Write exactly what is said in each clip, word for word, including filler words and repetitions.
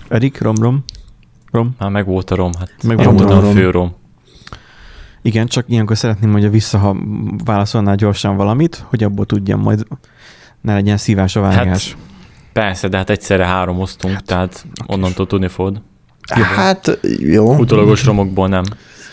Erik, rom, rom. Rom. Már meg volt a rom, hát meg én voltam a fő rom. Igen, csak ilyenkor szeretném, hogy vissza, ha válaszolnál gyorsan valamit, hogy abból tudjam majd, ne legyen szívás a vágás. Hát, persze, de hát egyszerre három osztunk, hát, tehát onnantól tudni fogod. Hát jó. Utolagos romokból nem.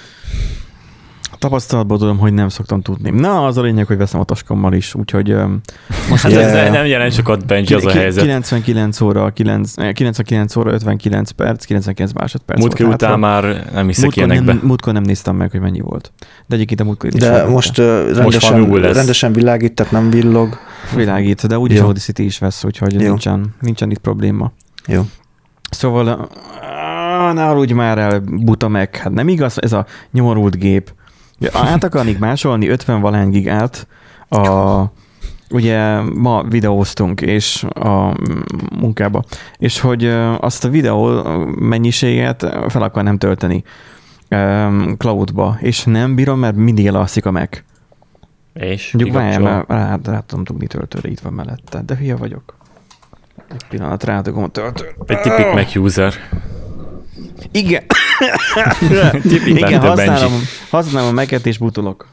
A tapasztalatból tudom, hogy nem szoktam tudni. Na, az a lényeg, hogy veszem a taskammal is, úgyhogy most hát yeah. ez nem jelent sokat, Benji, az a helyzet. kilencvenkilenc óra, kilencvenkilenc óra, ötvenkilenc perc, kilencvenkilenc másodperc. Múltkor után már nem hiszek ilyenekbe. Nem, múltkor nem néztem meg, hogy mennyi volt. De egyébként a múltkor is. De most, uh, rendesen, most rendesen világít, tehát nem villog. Világít, de úgyis Audacity is vesz, úgyhogy nincsen, nincsen itt probléma. Jó. Szóval ne aludj már el, buta meg. Hát nem igaz ez a nyomorult gép. Át akarnék másolni ötven valány gigát, a, ugye ma videóztunk és a munkába, és hogy azt a videó mennyiséget fel akarnám tölteni um, cloudba, és nem bírom, mert mindig elalszik a Mac. És? Mondjuk várjál, mert rá, rá tudom dugni töltőre, itt van mellette, de hülye vagyok. Egy pillanat, rádugom a töltőre. Egy tipik Mac user. Igen. Igen, használom, használom a Mac-et és butulok.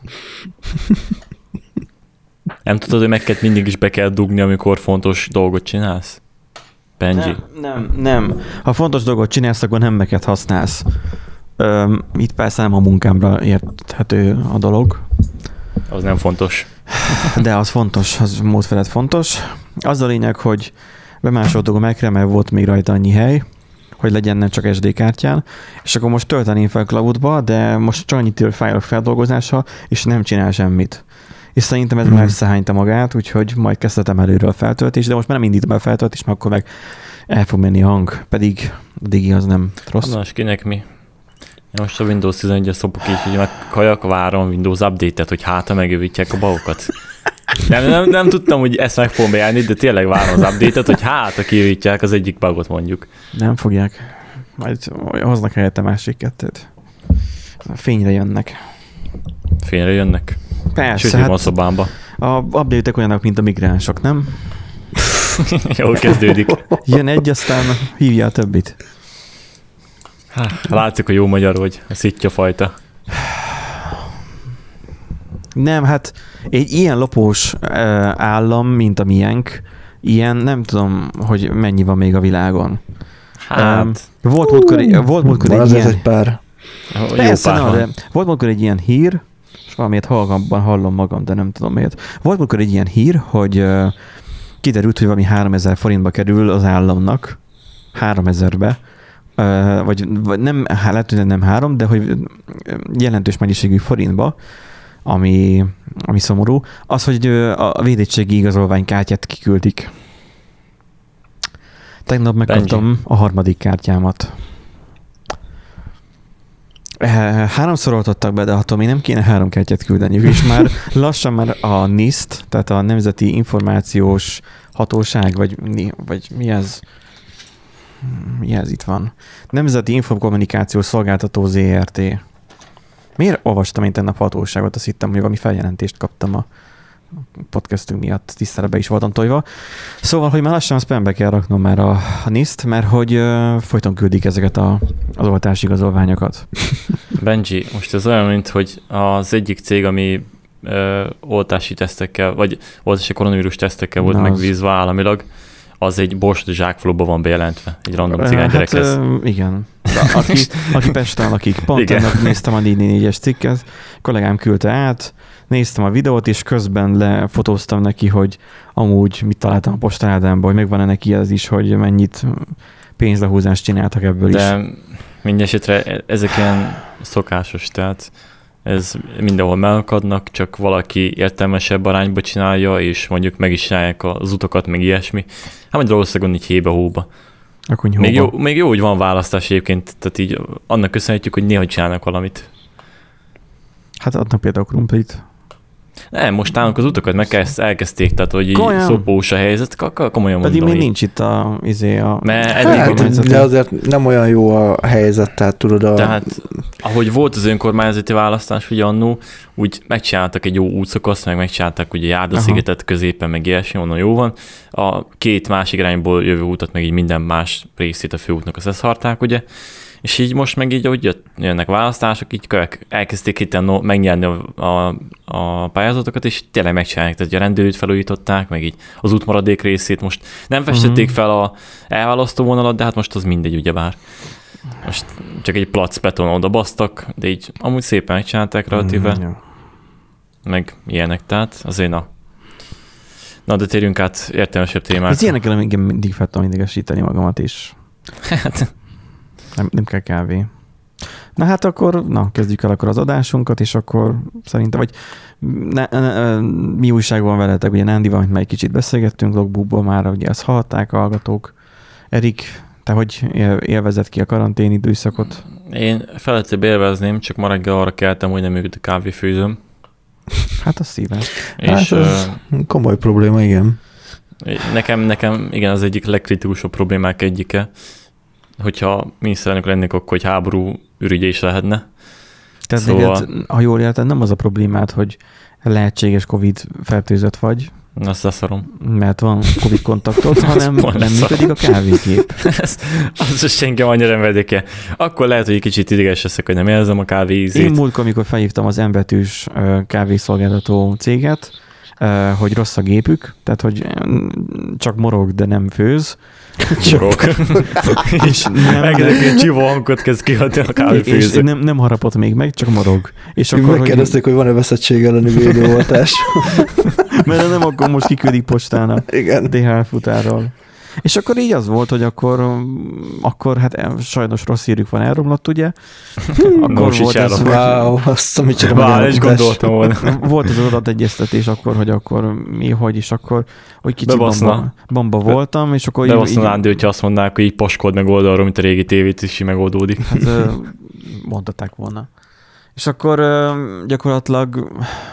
Nem tudod, hogy Mac-et mindig is be kell dugni, amikor fontos dolgot csinálsz? Benji? Nem, nem, nem. Ha fontos dolgot csinálsz, akkor nem Mac-et használsz. Öm, itt persze nem a munkámra érthető a dolog. Az nem fontos. De az fontos, az mód felett fontos. Az a lényeg, hogy bemásoltuk a Mac-re, mert volt még rajta annyi hely, hogy legyen nem csak es dé kártyán, és akkor most tölteném fel cloudba, de most csak annyit fájlok feldolgozása, és nem csinál semmit. És szerintem ez mm. már összehányta magát, úgyhogy majd kezdhetem előről a feltöltés, de most már nem indítom el a feltöltés, mert akkor meg el fog menni a hang, pedig a digi az nem rossz. Na, és kinek mi? Én most a Windows tizenegyes szopok így, hogy meg kajak várom Windows update-et, hogy hátra megjavítják a bugokat. Nem, nem, nem tudtam, hogy ezt meg fogom bejelni, de tényleg várom az update-et, hogy hátra kijavítják az egyik bugot mondjuk. Nem fogják. Majd hoznak helyette másik kettőt. Fényre jönnek. Fényre jönnek? Persze. Sőt, hát van szobámba. A update-ek olyanok, mint a migránsok, nem? Jól kezdődik. Jön egy, aztán hívja a többit. Há, látszik a jó magyar, hogy a szitja fajta. Nem, hát egy ilyen lopós állam, mint a miénk, ilyen nem tudom, hogy mennyi van még a világon. Hát... Um, volt múltkor, volt múltkor egy ilyen... egy pár. Persze, na, de volt múltkor egy ilyen hír, és valamiért hallgamban hallom magam, de nem tudom miért. Volt múltkor egy ilyen hír, hogy uh, kiderült, hogy valami háromezer forintba kerül az államnak, háromezerbe, uh, vagy, vagy nem, lehet, hogy nem három, de hogy jelentős mennyiségű forintba, ami, ami szomorú, az, hogy a védettségi igazolványkártyát kiküldik. Tegnap megkaptam Benji. a harmadik kártyámat. Háromszor oltottak be, de attól még nem kéne három kártyát küldeniük, és már lassan már a NIST, tehát a Nemzeti Információs Hatóság, vagy, vagy mi ez? Mi ez itt van? Nemzeti Információs Szolgáltató zé er té. Miért olvastam én tennap hatóságot? Azt hittem, hogy valami feljelentést kaptam a podcastünk miatt, tisztára be is voltam tojva. Szóval, hogy már lassan spambe kell raknom már a, a NIST, mert hogy uh, folyton küldik ezeket a, az oltási igazolványokat. Benji, most ez olyan, mint hogy az egyik cég, ami uh, oltási tesztekkel, vagy oltási koronavírus tesztekkel volt megbízva államilag, az egy borsodi zsákfalóba van bejelentve, egy random cigány gyerekhez. Hát, uh, igen. Aki, aki Pesten lakik. Pont ennek néztem a négy négy négyes cikket, kollégám küldte át, néztem a videót, és közben lefotóztam neki, hogy amúgy mit találtam a postaládánban, hogy megvan-e neki ez is, hogy mennyit pénzlehúzást csináltak ebből De is. De mindesetre ezek ilyen szokásos, tehát ez mindenhol megakadnak, csak valaki értelmesebb arányba csinálja, és mondjuk meg is csinálják az utakat, meg ilyesmi. Hát majd valószínűleg így hébe-hóba. Még jó, még jó, hogy van választás egyébként, tehát így annak köszönhetjük, hogy néha csinálnak valamit. Hát adnak például krumplit. Nem, most nálunk az utakat meg elkezdték, tehát hogy szopós a helyzet, komolyan mondom. Pedig még nincs itt a, izé a... Mert hát, de azért nem olyan jó a helyzet, tehát tudod a... Tehát, ahogy volt az önkormányzati választás, ugye annó, úgy megcsináltak egy jó útszakaszt, meg megcsináltak ugye Járdaszigetet középen, meg ilyesmi, onnan jó van. A két másik irányból jövő útat, meg így minden más részét a főútnak az eszharták, ugye. És így most meg így, ahogy jött, jönnek választások, így elkezdték itt no, megnyerni a, a, a pályázatokat, és tényleg megcsinálják, tehát a rendőrűt felújították, meg így az útmaradék részét most nem festették fel a elválasztó vonalat, de hát most az mindegy, ugyebár. Most csak egy plac beton oda basztak, de így amúgy szépen megcsinálták relatíve, mm, meg ilyenek, tehát azért na. Na, de térjünk át értelmesebb témákra. Ez ilyenekkel engem mindig fel tudom idegesíteni magamat is. Hát... Nem, nem kell kávé. Na hát akkor, na, kezdjük el akkor az adásunkat, és akkor szerintem, vagy ne, ne, mi újság van veletek, ugye Nándival, amit már egy kicsit beszélgettünk, logbookból már, ugye ezt hallották a hallgatók. Erik, te hogy élvezed ki a karantén időszakot? Én felettébb élvezném, csak ma reggel arra keltem, hogy nem működik a kávéfőzőm. Hát az szíves. És hát ez uh, komoly probléma, igen. Nekem, nekem igen, az egyik legkritikusabb problémák egyike, hogyha miniszterelnök lennék, akkor hogy háború ürügye is lehetne. Tehát szóval... neked, ha jól érted, nem az a problémád, hogy lehetséges Covid fertőzött vagy, azt leszarom. Mert van Covid kontaktod, hanem nem működik a kávégép. Az is senki annyira nem érdekel. Akkor lehet, hogy egy kicsit ideges leszek, hogy nem érzem a kávé ízét. Én múltkor, amikor felhívtam az M-betűs kávészolgáltató céget, hogy rossz a gépük, tehát hogy csak morog, de nem főz. Morog. És megkezdek egy csivó hangot kezd kiadni a kávéfőző. És nem, nem harapott még meg, csak morog. És akkor, megkérdezték, hogy, hogy van-e veszettség elleni védőoltás. Mert nem, akkor most kiküldik postának. Igen. dé há el futárral. És akkor így az volt, hogy akkor, akkor hát sajnos rossz hírük van, elromlott, ugye? Akkor no, volt ez, hogy... Wow, azt, amit csak Vár, is gondoltam volna. Volt az adategyeztetés akkor, hogy akkor mi, hogy is akkor, hogy kicsit bamba, bamba voltam, és akkor... Bebaszna Nándi, hogyha azt mondnák, hogy így paskold meg oldalról, mint a régi tévét is megoldódik. Hát mondhatták volna. És akkor gyakorlatilag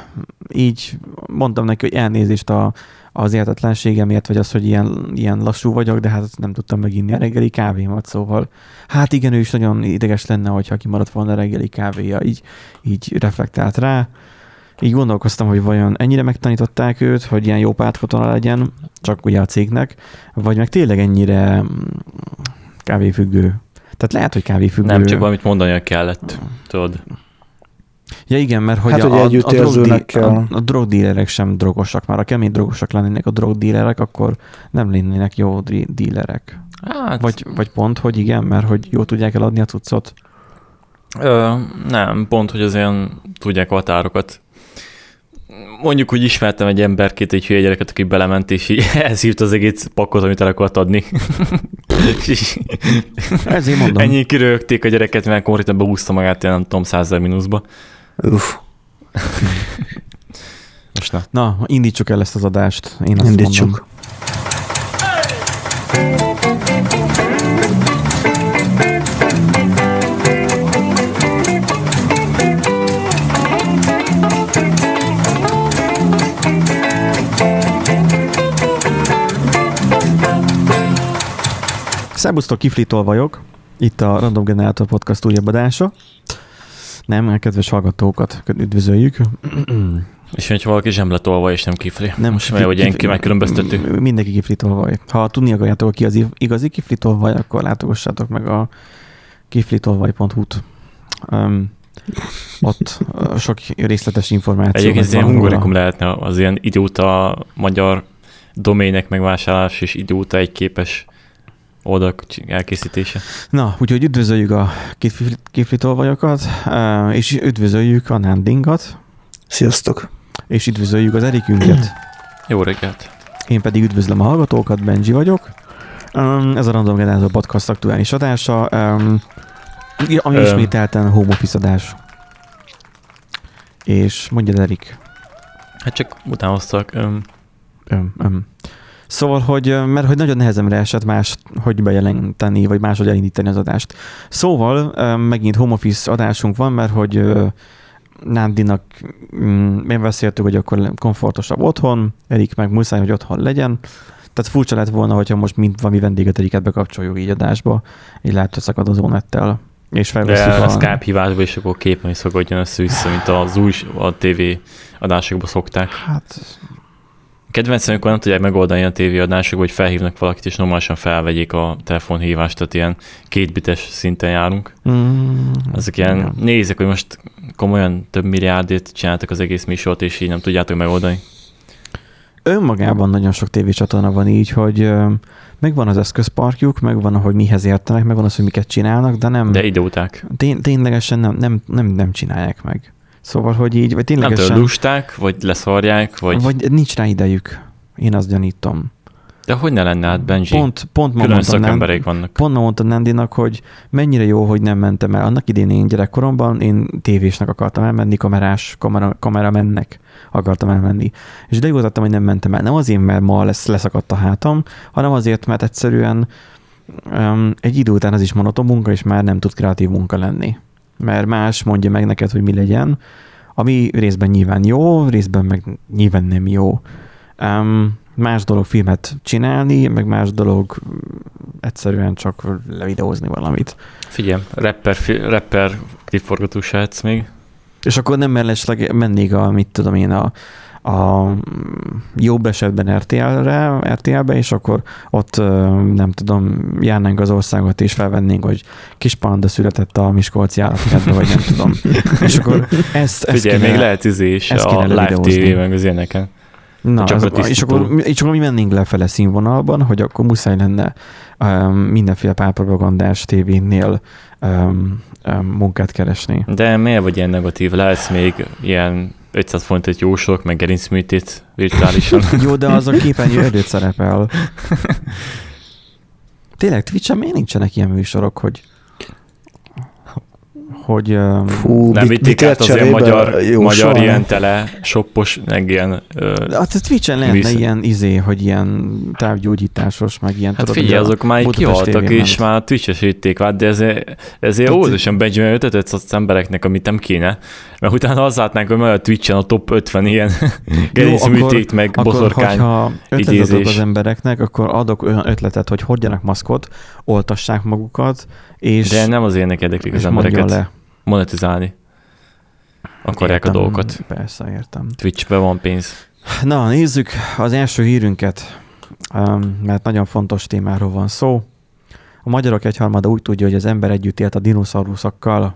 így mondtam neki, hogy elnézést a az értetlenségemért, vagy az, hogy ilyen, ilyen lassú vagyok, de hát nem tudtam meginni a reggeli kávémat, szóval hát igen, ő is nagyon ideges lenne, hogyha kimaradt volna a reggeli kávéja, így, így reflektált rá. Így gondolkoztam, hogy vajon ennyire megtanították őt, hogy ilyen jó pártkatona legyen, csak ugye a cégnek, vagy meg tényleg ennyire kávéfüggő. Tehát lehet, hogy kávéfüggő. Nem, csak valamit mondania kellett, tudod. Ja igen, mert hogy hát, a, a, a, a, a, a drogdílerek sem drogosak, már a kemény drogosak lennének a drogdílerek, akkor nem lennének jó dílerek. Hát, vagy, vagy pont, hogy igen, mert hogy jól tudják eladni a cuccot? Ö, nem, pont, hogy az ilyen tudják a határokat. Mondjuk, hogy ismertem egy emberkét, egy hülye gyereket, aki belement, és így elszívta az egész pakkot, amit el akart adni. Ezért mondom. Ennyi kirögték a gyereket, mert konkrétan beúszta magát, nem tudom, százezer mínuszba. Uff. Most na. Na, indítsuk el ezt az adást. Én azt indítsuk. Mondom. Szerbusztok, Kifli Tolvajok, itt a Random Generator Podcast újabb adása. Nem, a kedves hallgatókat üdvözöljük. És hogyha valaki zsemletolva és nem Kifli. Nem, most mert hogy ilyen megkülönböztető. Mindenki Kifli Tolvaj. Ha tudni akarjátok, ki az igazi Kifli Tolvaj, akkor látogassátok meg a kifli tolvaj pont hu-t. Um, ott uh, sok részletes információ. Egyébként ez ilyen hungarikum lehetne, az ilyen idióta magyar domének megvásárlás és idióta egy képes oldalak elkészítése. Na, úgyhogy üdvözöljük a Kifli Tolvajokat, és üdvözöljük a Nándinkat. Sziasztok! És üdvözöljük az Erikünket. Jó reggelt! Én pedig üdvözlöm a hallgatókat, Benji vagyok. Ez a Random Generator Podcast aktuális adása, ami Ö... ismételten home office adás. És mondjad, Erik. Hát csak utánoztak. Öm. Öm, öm. Szóval, hogy, mert hogy nagyon nehezemre esett más, hogy bejelenteni, vagy máshogy elindítani az adást. Szóval megint home office adásunk van, mert hogy Nándinak mm, én beszéltük, hogy akkor komfortosabb otthon, Erik meg muszáj, hogy otthon legyen. Tehát furcsa lett volna, hogyha most mind valami vendéget Eriket bekapcsoljuk így adásba, így lehet, hogy szakadozó nettel. És felveszünk a... a... Skype hívásba, és akkor képen is szagadjon össze-vissza, mint az új a té vé adásokban szokták. Hát... Kedvencem, amikor nem tudják megoldani a tévéadások, hogy felhívnak valakit, és normálisan felvegyék a telefonhívást, tehát ilyen kétbites szinten járunk. Mm, Ezek ilyen igen. Nézek, hogy most komolyan több milliárdét csináltak az egész műsort, és így nem tudjátok megoldani. Önmagában nagyon sok tévécsatorna van így, hogy megvan az eszközparkjuk, megvan, ahogy mihez értenek, megvan az, hogy miket csinálnak, de nem... De idióták. Tény, ténylegesen nem, nem, nem, nem csinálják meg. Szóval, hogy így, vagy ténylegesen... Nem tudom, lusták, vagy leszarják, vagy... Vagy nincs rá idejük. Én azt gyanítom. De hogy ne lenne hát, Benji? Pont, pont ma külön szakembereik vannak. Pont ma mondta Nandinak, hogy mennyire jó, hogy nem mentem el. Annak idén én gyerekkoromban én tévésnek akartam elmenni, kamerás, kamera, kameramennek akartam elmenni. És de jutottam, hogy nem mentem el. Nem azért, mert ma lesz, leszakadt a hátam, hanem azért, mert egyszerűen um, egy idő után az is monoton munka, és már nem tud kreatív munka lenni. Mert más mondja meg neked, hogy mi legyen, ami részben nyilván jó, részben meg nyilván nem jó. Um, más dolog filmet csinálni, meg más dolog egyszerűen csak levideózni valamit. Figyelj, rapper, rapper klipforgatós látsz még. És akkor nem mellesleg mennék a, mit tudom én, a, a jobb esetben er té el-re, er té el-be, és akkor ott nem tudom, járnánk az országot, és felvennénk, hogy kis panda született a Miskolci állatkertbe, vagy nem tudom. És akkor ezt, ezt Figyelj, kéne, még lehet izé is a live té vé meg az ilyeneken. Na, az, és, akkor, és akkor mi mennénk lefele színvonalban, hogy akkor muszáj lenne um, mindenféle párpropagandás tévénél um, um, munkát keresni. De miért vagy ilyen negatív? Lehetsz még ilyen ötszáz forintot jósolok, meg gerincműtét virtuálisan. Jó, de az a képernyő előtt szerepel. Tényleg Twitch-en miért nincsenek ilyen műsorok, hogy hogy... Um, Fú, nem vitték át az ilyen magyar, magyar ilyen tele, shoppos, meg ilyen... Uh, hát a Twitch-en lehetne vissza. Ilyen izé, hogy ilyen távgyógyításos, meg ilyen... Hát tudod, figyelj, azok már kihaltak, és már a Twitch-es vitték át, de ezért, ezért óvatosan Benjamin ötletet az embereknek, amit nem kéne. Mert utána azt látnánk, hogy majd a Twitch-en a top ötven ilyen gerincműtét, meg akkor, boszorkány ha ötletet adok az embereknek, akkor adok olyan ötletet, hogy hordjanak maszkot, oltassák magukat, és... De nem az ilyenek érdeklik az embereket. Le. Monetizálni akarják értem, a dolgokat. Persze, értem. Twitch-be van pénz. Na, nézzük az első hírünket, mert nagyon fontos témáról van szó. A magyarok egyharmada úgy tudja, hogy az ember együtt élt a dinoszauruszokkal.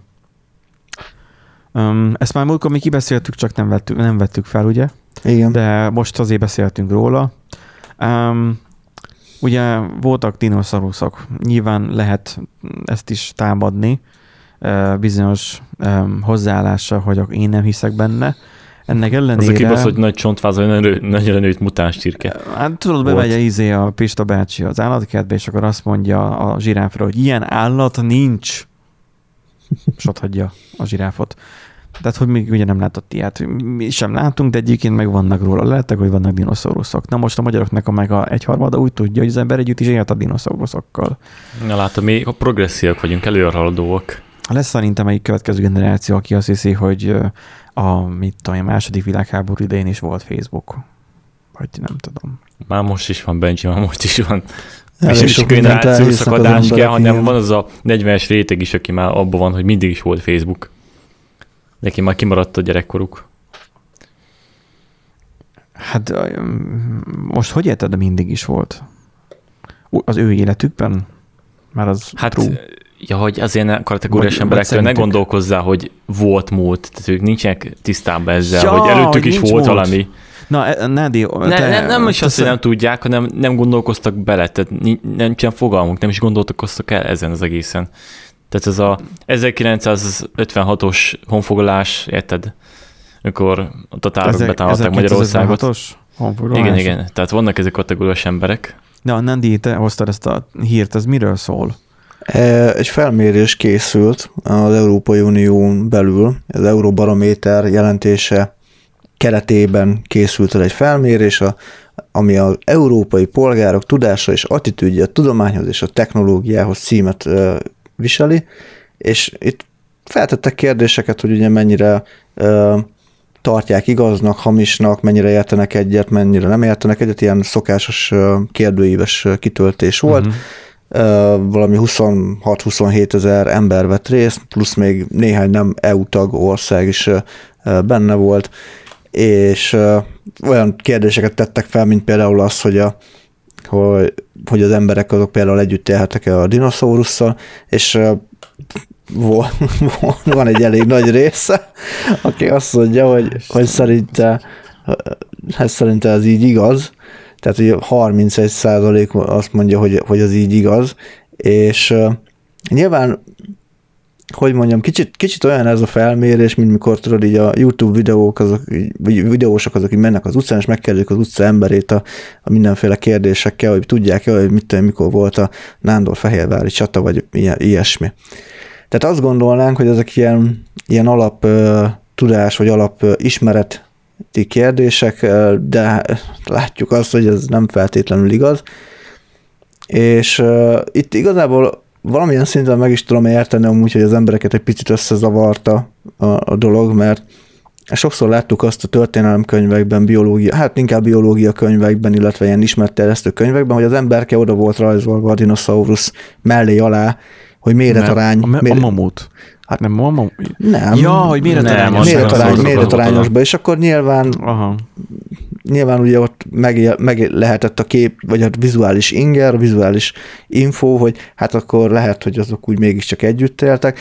Ezt már múltkor mi kibeszéltük, csak nem vettük, nem vettük fel, ugye? Igen. De most azért beszéltünk róla. Um, ugye voltak dinoszauruszok. Nyilván lehet ezt is támadni, bizonyos um, hozzáállása, hogy én nem hiszek benne. Ennek ellenére... Az a kibasz, hogy nagy csontvázó, nagy ellenőtt mutáns csirke. Hát tudod, bemegy a izé a Pista bácsi az állatkertbe, és akkor azt mondja a zsiráfra, hogy ilyen állat nincs. És ott hagyja a zsiráfot. Tehát, hogy még ugye nem látott ilyet. Mi sem látunk, de egyébként meg vannak róla. Lehettek, hogy vannak dinoszauruszok. Na most a magyaroknak a meg a egyharmada úgy tudja, hogy az ember együtt is élt a dinoszauruszokkal. Na látom, mi a progresszívak vagyunk, előrehaladóak. Lesz szerintem egy következő generáció, aki azt hiszi, hogy a, mit tudom, a második világháború idején is volt Facebook. Vagy nem tudom. Már most is van, Benji, már most is van. Ja, és is generáció szakadás kell, hanem ilyen. Van az a negyvenes réteg is, aki már abban van, hogy mindig is volt Facebook. Neki már kimaradt a gyerekkoruk. Hát most hogy érted, de mindig is volt? Az ő életükben? Már az hát, true. Ja, hogy az ilyen kategóriás emberektől ne gondolkozzál, hogy volt múlt. Tehát ők nincsenek tisztában ezzel, ja, hogy előttük is volt múlt. Valami. Na, Nádi, ne, te, nem, nem is azt, hogy nem tudják, hanem nem gondolkoztak bele, tehát nincsen fogalmunk, nem is gondolkoztak el ezen az egészen. Tehát ez a ezerkilencszázötvenhatos honfoglalás, érted? Amikor a tatárok betámadták Magyarországot. Igen, igen. Tehát vannak ezek kategóriás emberek. De Nandi, te hoztad ezt a hírt, ez miről szól? Egy felmérés készült az Európai Unión belül, az Euróbarométer jelentése keretében készült el egy felmérés, ami az európai polgárok tudása és attitűdje a tudományhoz és a technológiához címet viseli, és itt feltettek kérdéseket, hogy ugye mennyire ö, tartják igaznak, hamisnak, mennyire értenek egyet, mennyire nem értenek egyet, ilyen szokásos ö, kérdőíves kitöltés volt. Uh-huh. Ö, valami huszonhat-huszonhét ezer ember vett részt, plusz még néhány nem é u tag ország is ö, benne volt, és ö, olyan kérdéseket tettek fel, mint például az, hogy a hogy, hogy az emberek azok például együtt élhetnek-e a dinoszaurusszal, és van egy elég nagy része, aki azt mondja, hogy, hogy szerinte, hát szerinte ez így igaz, tehát hogy harmincegy százalék azt mondja, hogy, hogy ez így igaz, és uh, nyilván, hogy mondjam, kicsit, kicsit olyan ez a felmérés, mint mikor tudod így a YouTube videók, azok, vagy videósok azok, hogy mennek az utcán, és megkérdezik az utca emberét a, a mindenféle kérdésekkel, hogy tudják-e, hogy mit tudom, mikor volt a Nándor-Fehérvári csata, vagy ilyen, ilyesmi. Tehát azt gondolnánk, hogy ezek ilyen, ilyen alap uh, tudás, vagy alap uh, ismereti kérdések, uh, de látjuk azt, hogy ez nem feltétlenül igaz. És uh, itt igazából valamilyen szinten meg is tudom érteni amúgy, hogy az embereket egy picit összezavarta a, a dolog, mert sokszor láttuk azt a történelemkönyvekben, biológia, hát inkább biológia könyvekben, illetve ilyen ismertterjesztő könyvekben, hogy az emberke oda volt rajzolva a dinoszaurusz mellé alá, hogy méretarány. A, méret... a mamut. Hát nem a mamut. Nem. Ja, hogy méretarányos. Méretarány, méretarányosba, és akkor nyilván Aha. nyilván ugye ott meg, meg lehetett a kép, vagy a vizuális inger, a vizuális info, hogy hát akkor lehet, hogy azok úgy mégiscsak együtt éltek.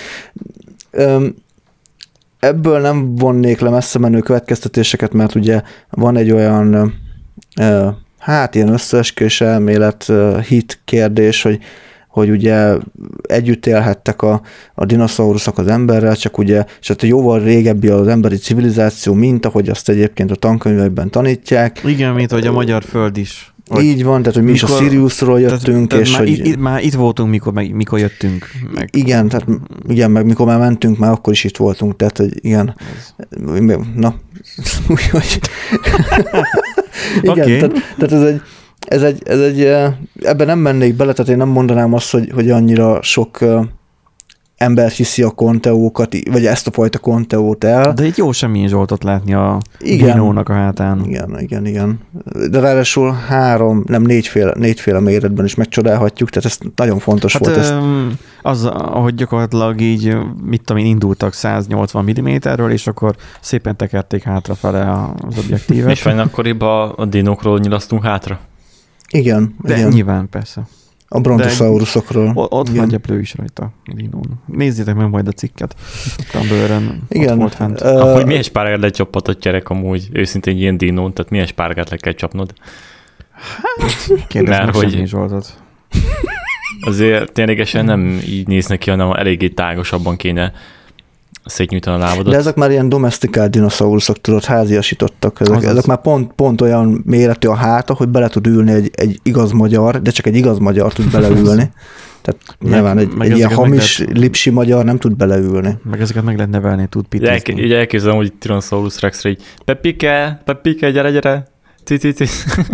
Ebből nem vonnék le messze menő következtetéseket, mert ugye van egy olyan hát ilyen összeesküvés elmélet hit kérdés, hogy hogy ugye együtt élhettek a, a dinoszauruszok az emberrel, csak ugye, és hát jóval régebbi az emberi civilizáció, mint ahogy azt egyébként a tankönyvekben tanítják. Igen, mint hogy a magyar föld is. Hogy így van, tehát hogy mi mikor, is a Siriusról jöttünk. Tehát, és már, hogy, itt, már itt voltunk, mikor, meg, mikor jöttünk. Meg. Igen, tehát igen, meg mikor már mentünk, már akkor is itt voltunk, tehát hogy igen. Na, úgyhogy igen, okay. tehát, tehát ez egy Ez egy, ez egy, ebben nem mennék bele, tehát én nem mondanám azt, hogy, hogy annyira sok ember hiszi a konteókat, vagy ezt a fajta konteót el. De egy jó semmi Zsoltot látni a dinónak a hátán. Igen, igen, igen. De ráadásul három, nem négyféle, négyféle méretben is megcsodálhatjuk, tehát ez nagyon fontos hát volt. Ö, ezt. Az, ahogy gyakorlatilag így, mit tudom én, indultak száznyolcvan milliméterről, és akkor szépen tekerték hátrafele az objektívet. És vajon akkoriban a dinókról nyilasztunk hátra? Igen. De igen. nyilván, persze. A brontosaurusokról. Ott igen. Van gyeplő is rajta a dinón. Nézzétek meg majd a cikket. A bőrön igen. volt fent. Uh, Ahogy milyen spárgát lecsaphatott gyerek amúgy, őszintén ilyen dinón, tehát milyen spárgát le kell csapnod? Hát, kérdezd meg hogy... semmi Zsoltot. Azért ténylegesen nem így néz neki, hanem eléggé tágosabban kéne szétnyújtani a lábadat. De ezek már ilyen domestikált dinoszauruszok, tudod, háziasítottak. Ezek, ezek már pont, pont olyan méretű a háta, hogy bele tud ülni egy, egy igaz magyar, de csak egy igaz magyar tud beleülni. Tehát meg, nyilván egy, egy ilyen hamis lehet, lipsi magyar nem tud beleülni. Meg ezeket meg lehet nevelni, tud pitizni. Így elképzelem, hogy Tyrannosaurus Rexre így Pepike, Pepike, gyere, gyere, cici,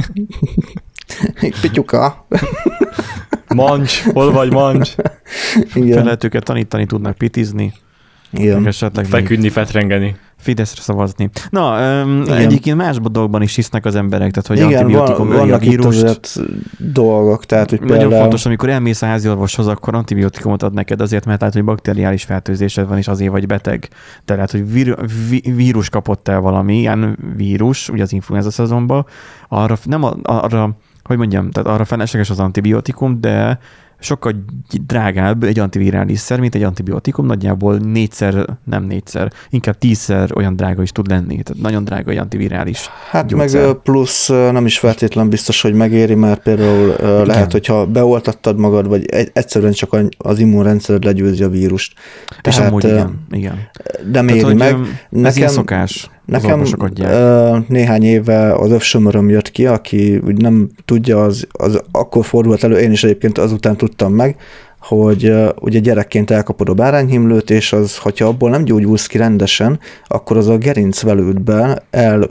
Pityuka. Mancs, hol vagy mancs? Fel lehet őket tanítani, tudnak pitizni. Igen. Feküdni, fetrengeni. Fideszre szavazni. Na, um, egyébként más dolgokban is hisznek az emberek, tehát hogy igen, antibiotikum van, öli a vírust. Dolgok, tehát hogy nagyon például... fontos, amikor elmész a háziorvoshoz, akkor antibiotikumot ad neked azért, mert lehet, hogy bakteriális fertőzésed van, és azért vagy beteg. De lehet, hogy vír, vírus kapott el valami, ilyen vírus, ugye az influenza szezonban, arra nem arra, hogy mondjam, tehát arra felesleges az antibiotikum, de sokkal drágább egy antivirális szer, mint egy antibiotikum, nagyjából négyszer, nem négyszer, inkább tízszer olyan drága is tud lenni. Tehát nagyon drága egy antivirális Hát gyógyszer. Meg plusz nem is feltétlen biztos, hogy megéri, mert például igen. lehet, hogyha beoltattad magad, vagy egyszerűen csak az immunrendszered legyőzi a vírust. És Tehát, amúgy igen, igen. De méri Tehát, meg. Ez nekem, ilyen szokás. Nekem néhány éve az övsömöröm jött ki, aki úgy nem tudja, az, az akkor fordult elő, én is egyébként azután tudtam meg, hogy uh, ugye gyerekként elkapod a bárányhimlőt, és az, hogyha abból nem gyógyulsz ki rendesen, akkor az a gerincvelődben el,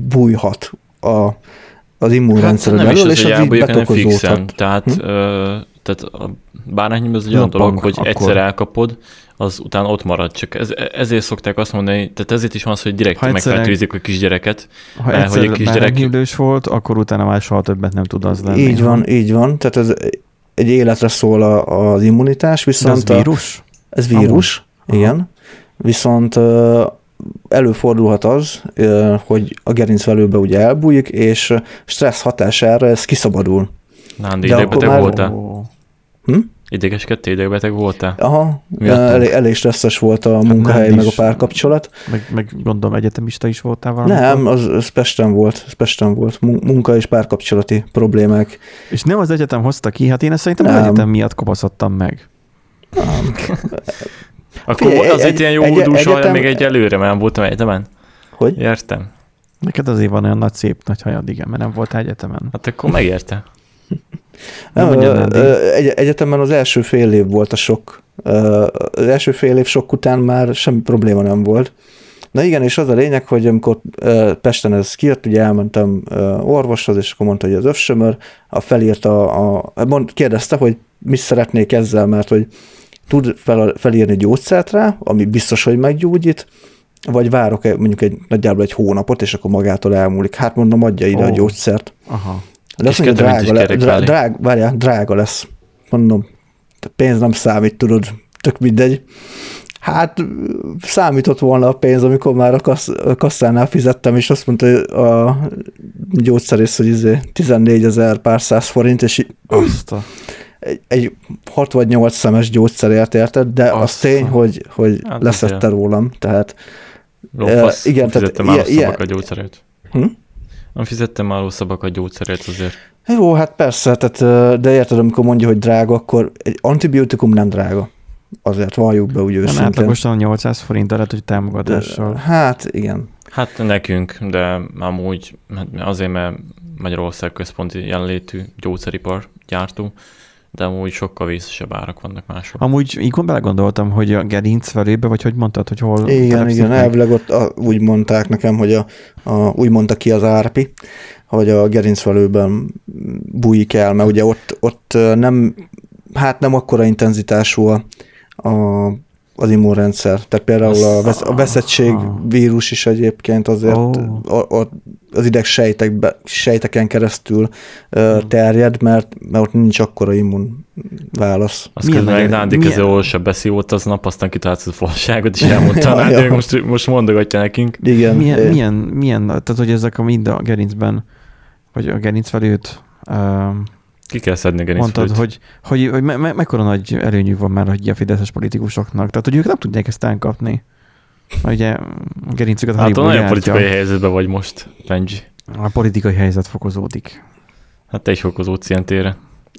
elbújhat a, az immunrendszered hát belül, és az így betokozódhat. Tehát hm? ö, tehát a báránynyom az egy olyan dolog, hogy akkor. egyszer elkapod, az utána ott marad. Csak ez, ezért szokták azt mondani, tehát ezért is van az, hogy direkt megfertőzik a kisgyereket. Ha eh, egyszer hogy a kisgyerek... báránynyűlős volt, akkor utána már soha többet nem tud az lenni. Így van, így van. Tehát ez egy életre szól a, az immunitás, viszont... De ez vírus? A, ez vírus, Amúgy. igen. Aha. Viszont előfordulhat az, hogy a gerincvelőbe ugye elbújik, és stressz hatására ez kiszabadul. Na, de idegbeteg már... voltál? Hm? Idegeskedtél, idegbeteg voltál? Aha, elég, elég stresszes volt a munkahely, hát meg a párkapcsolat. Meg, meg gondolom egyetemista is voltál valami? Nem, az, az Pesten volt, az Pesten volt. Munka és párkapcsolati problémák. És nem az egyetem hozta ki? Hát én ezt szerintem az egyetem miatt kopaszodtam meg. Nem. Akkor Fé, azért egy, ilyen jó dúsol, egyetem... még egy előre, mert nem voltam egyetemen? Hogy? Értem. Neked azért van olyan nagy szép nagy hajad, igen, mert nem voltál egyetemen. Hát akkor megérte. Nem, egy, egyetemen az első fél év volt a sok. Az első fél év sok után már semmi probléma nem volt. Na igen, és az a lényeg, hogy amikor Pesten ez kijött, ugye elmentem orvoshoz, és akkor mondta, hogy az övsömör, a felírta, a, a, kérdezte, hogy mit szeretnék ezzel, mert hogy tud fel, felírni gyógyszert rá, ami biztos, hogy meggyógyít, vagy várok mondjuk egy, nagyjából egy hónapot, és akkor magától elmúlik. Hát mondom, adja ide oh. a gyógyszert. Aha. De azt mondja, drága, le, drá, drág, várjál, drága lesz. Mondom, pénz nem számít, tudod, tök mindegy. Hát számított volna a pénz, amikor már a, kassz, a kasszánál fizettem, és azt mondta a gyógyszerész, hogy izé tizennégyezer pár száz forint, és azt a... egy, egy hat vagy nyolc szemes gyógyszerért érted, de azt az tény, hogy, hogy hát leszette rólam, tehát Lófasz, igen, tehát fizettem már rosszabbak a gyógyszerét. Hm? Nem fizettem már rosszabbak a gyógyszerét azért. Jó, hát persze, tehát, de érted, amikor mondja, hogy drága, akkor egy antibiotikum nem drága. Azért valljuk be úgy őszintén. Átlagosan nyolcszáz forint alatt, hogy támogatással. Hát igen. Hát nekünk, de amúgy azért, mert Magyarország központi jelenlétű gyógyszeripar gyártó, de amúgy sokkal vészesebb árak vannak máshol. Amúgy így belegondoltam, hogy a gerincvelőbe, vagy hogy mondtad, hogy hol... Igen, igen, elvileg ott a, úgy mondták nekem, hogy a, a, úgy mondta ki az árpi, hogy a gerincvelőben bújik el, mert ugye ott, ott nem, hát nem akkora intenzitású a, a, az immunrendszer. Tehát például a, vesz, a veszettség vírus is egyébként azért oh. a, a, az ideg sejtekbe, sejteken keresztül uh, terjed, mert, mert ott nincs akkora immun válasz. Azt közben meg Nándi közül olvasabb beszélt aznap, aztán kitalált a falságot, és elmondta Nándi, hogy most, most mondogatja nekünk. Igen. Milyen, milyen, milyen, tehát hogy ezek a mind a gerincben, vagy a gerincvelőt um, ki kell szedni a gerincvelőt. Mondtad, hogy, hogy, hogy me, me, mekkora nagy előnyük van már a fideszes politikusoknak, tehát hogy ők nem tudják ezt elkapni. Ugye a gerincüket hát nagyon jártja. Politikai helyzetben vagy most, Benji. A politikai helyzet fokozódik. Hát te is fokozódsz ilyen tére.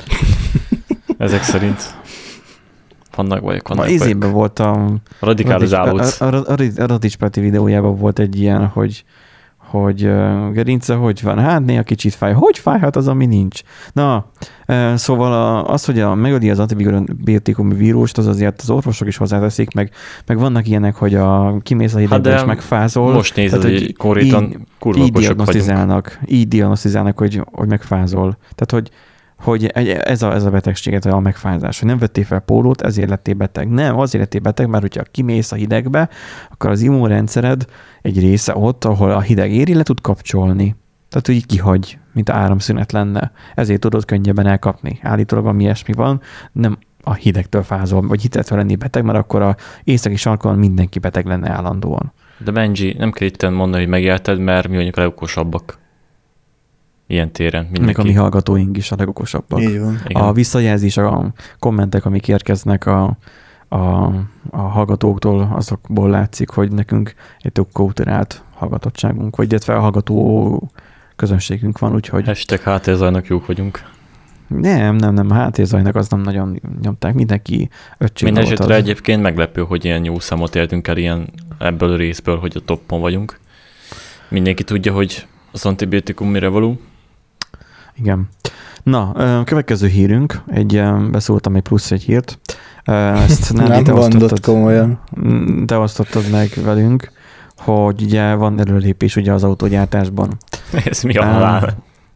Ezek szerint. Vannak bajok, vannak bajok. Ma izében volt a... Radikalizálódsz. A, a, a, a Radics Peti videójában volt egy ilyen, hogy hogy uh, gerince hogy van? Hát néha kicsit fáj. Hogy fájhat az, ami nincs? Na, uh, szóval a, az, hogy a, megöli az antibiotikum vírust, az azért az orvosok is hozzáteszik, meg, meg vannak ilyenek, hogy a kimész a hidegbe és megfázol. Most nézed, tehát, hogy konkrétan kurva így diagnosztizálnak, így diagnosztizálnak, hogy, hogy megfázol. Tehát, hogy hogy ez a, ez a betegséget, a megfázás, hogy nem vettél fel pólót, ezért lettél beteg. Nem, azért lettél beteg, mert hogyha kimész a hidegbe, akkor az immunrendszered egy része ott, ahol a hideg éri, le tud kapcsolni. Tehát, hogy így kihagy, mint áramszünet lenne. Ezért tudod könnyebben elkapni. Állítólag valami ilyesmi van, nem a hidegtől fázol, vagy hidegtől lenni beteg, mert akkor a északi sarkon mindenki beteg lenne állandóan. De Benji, nem kell itt mondani, hogy megélted, mert mi vagyunk a legokosabbak. Ilyen téren. Mindenki. Meg a mi hallgatóink is a legokosabbak. Így van. A visszajelzés, a kommentek, amik érkeznek a, a, a hallgatóktól, azokból látszik, hogy nekünk egy tök kulturált hallgatottságunk, vagy illetve a hallgató közönségünk van, úgyhogy... Hashtag háttérzajnak jók vagyunk. Nem, nem, nem, háttérzajnak az nem nagyon nyomták, mindenki öt Minden esetre egyébként meglepő, hogy ilyen jó számot éltünk el ilyen ebből a részből, hogy a toppon vagyunk. Mindenki tudja, hogy az antibiotikum mire való. Igen. Na, következő hírünk, egy, beszóltam egy plusz egy hírt. Ezt nem mondott komolyan. Te osztottad meg velünk, hogy ugye van előlépés ugye az autógyártásban. Ez mi a halál?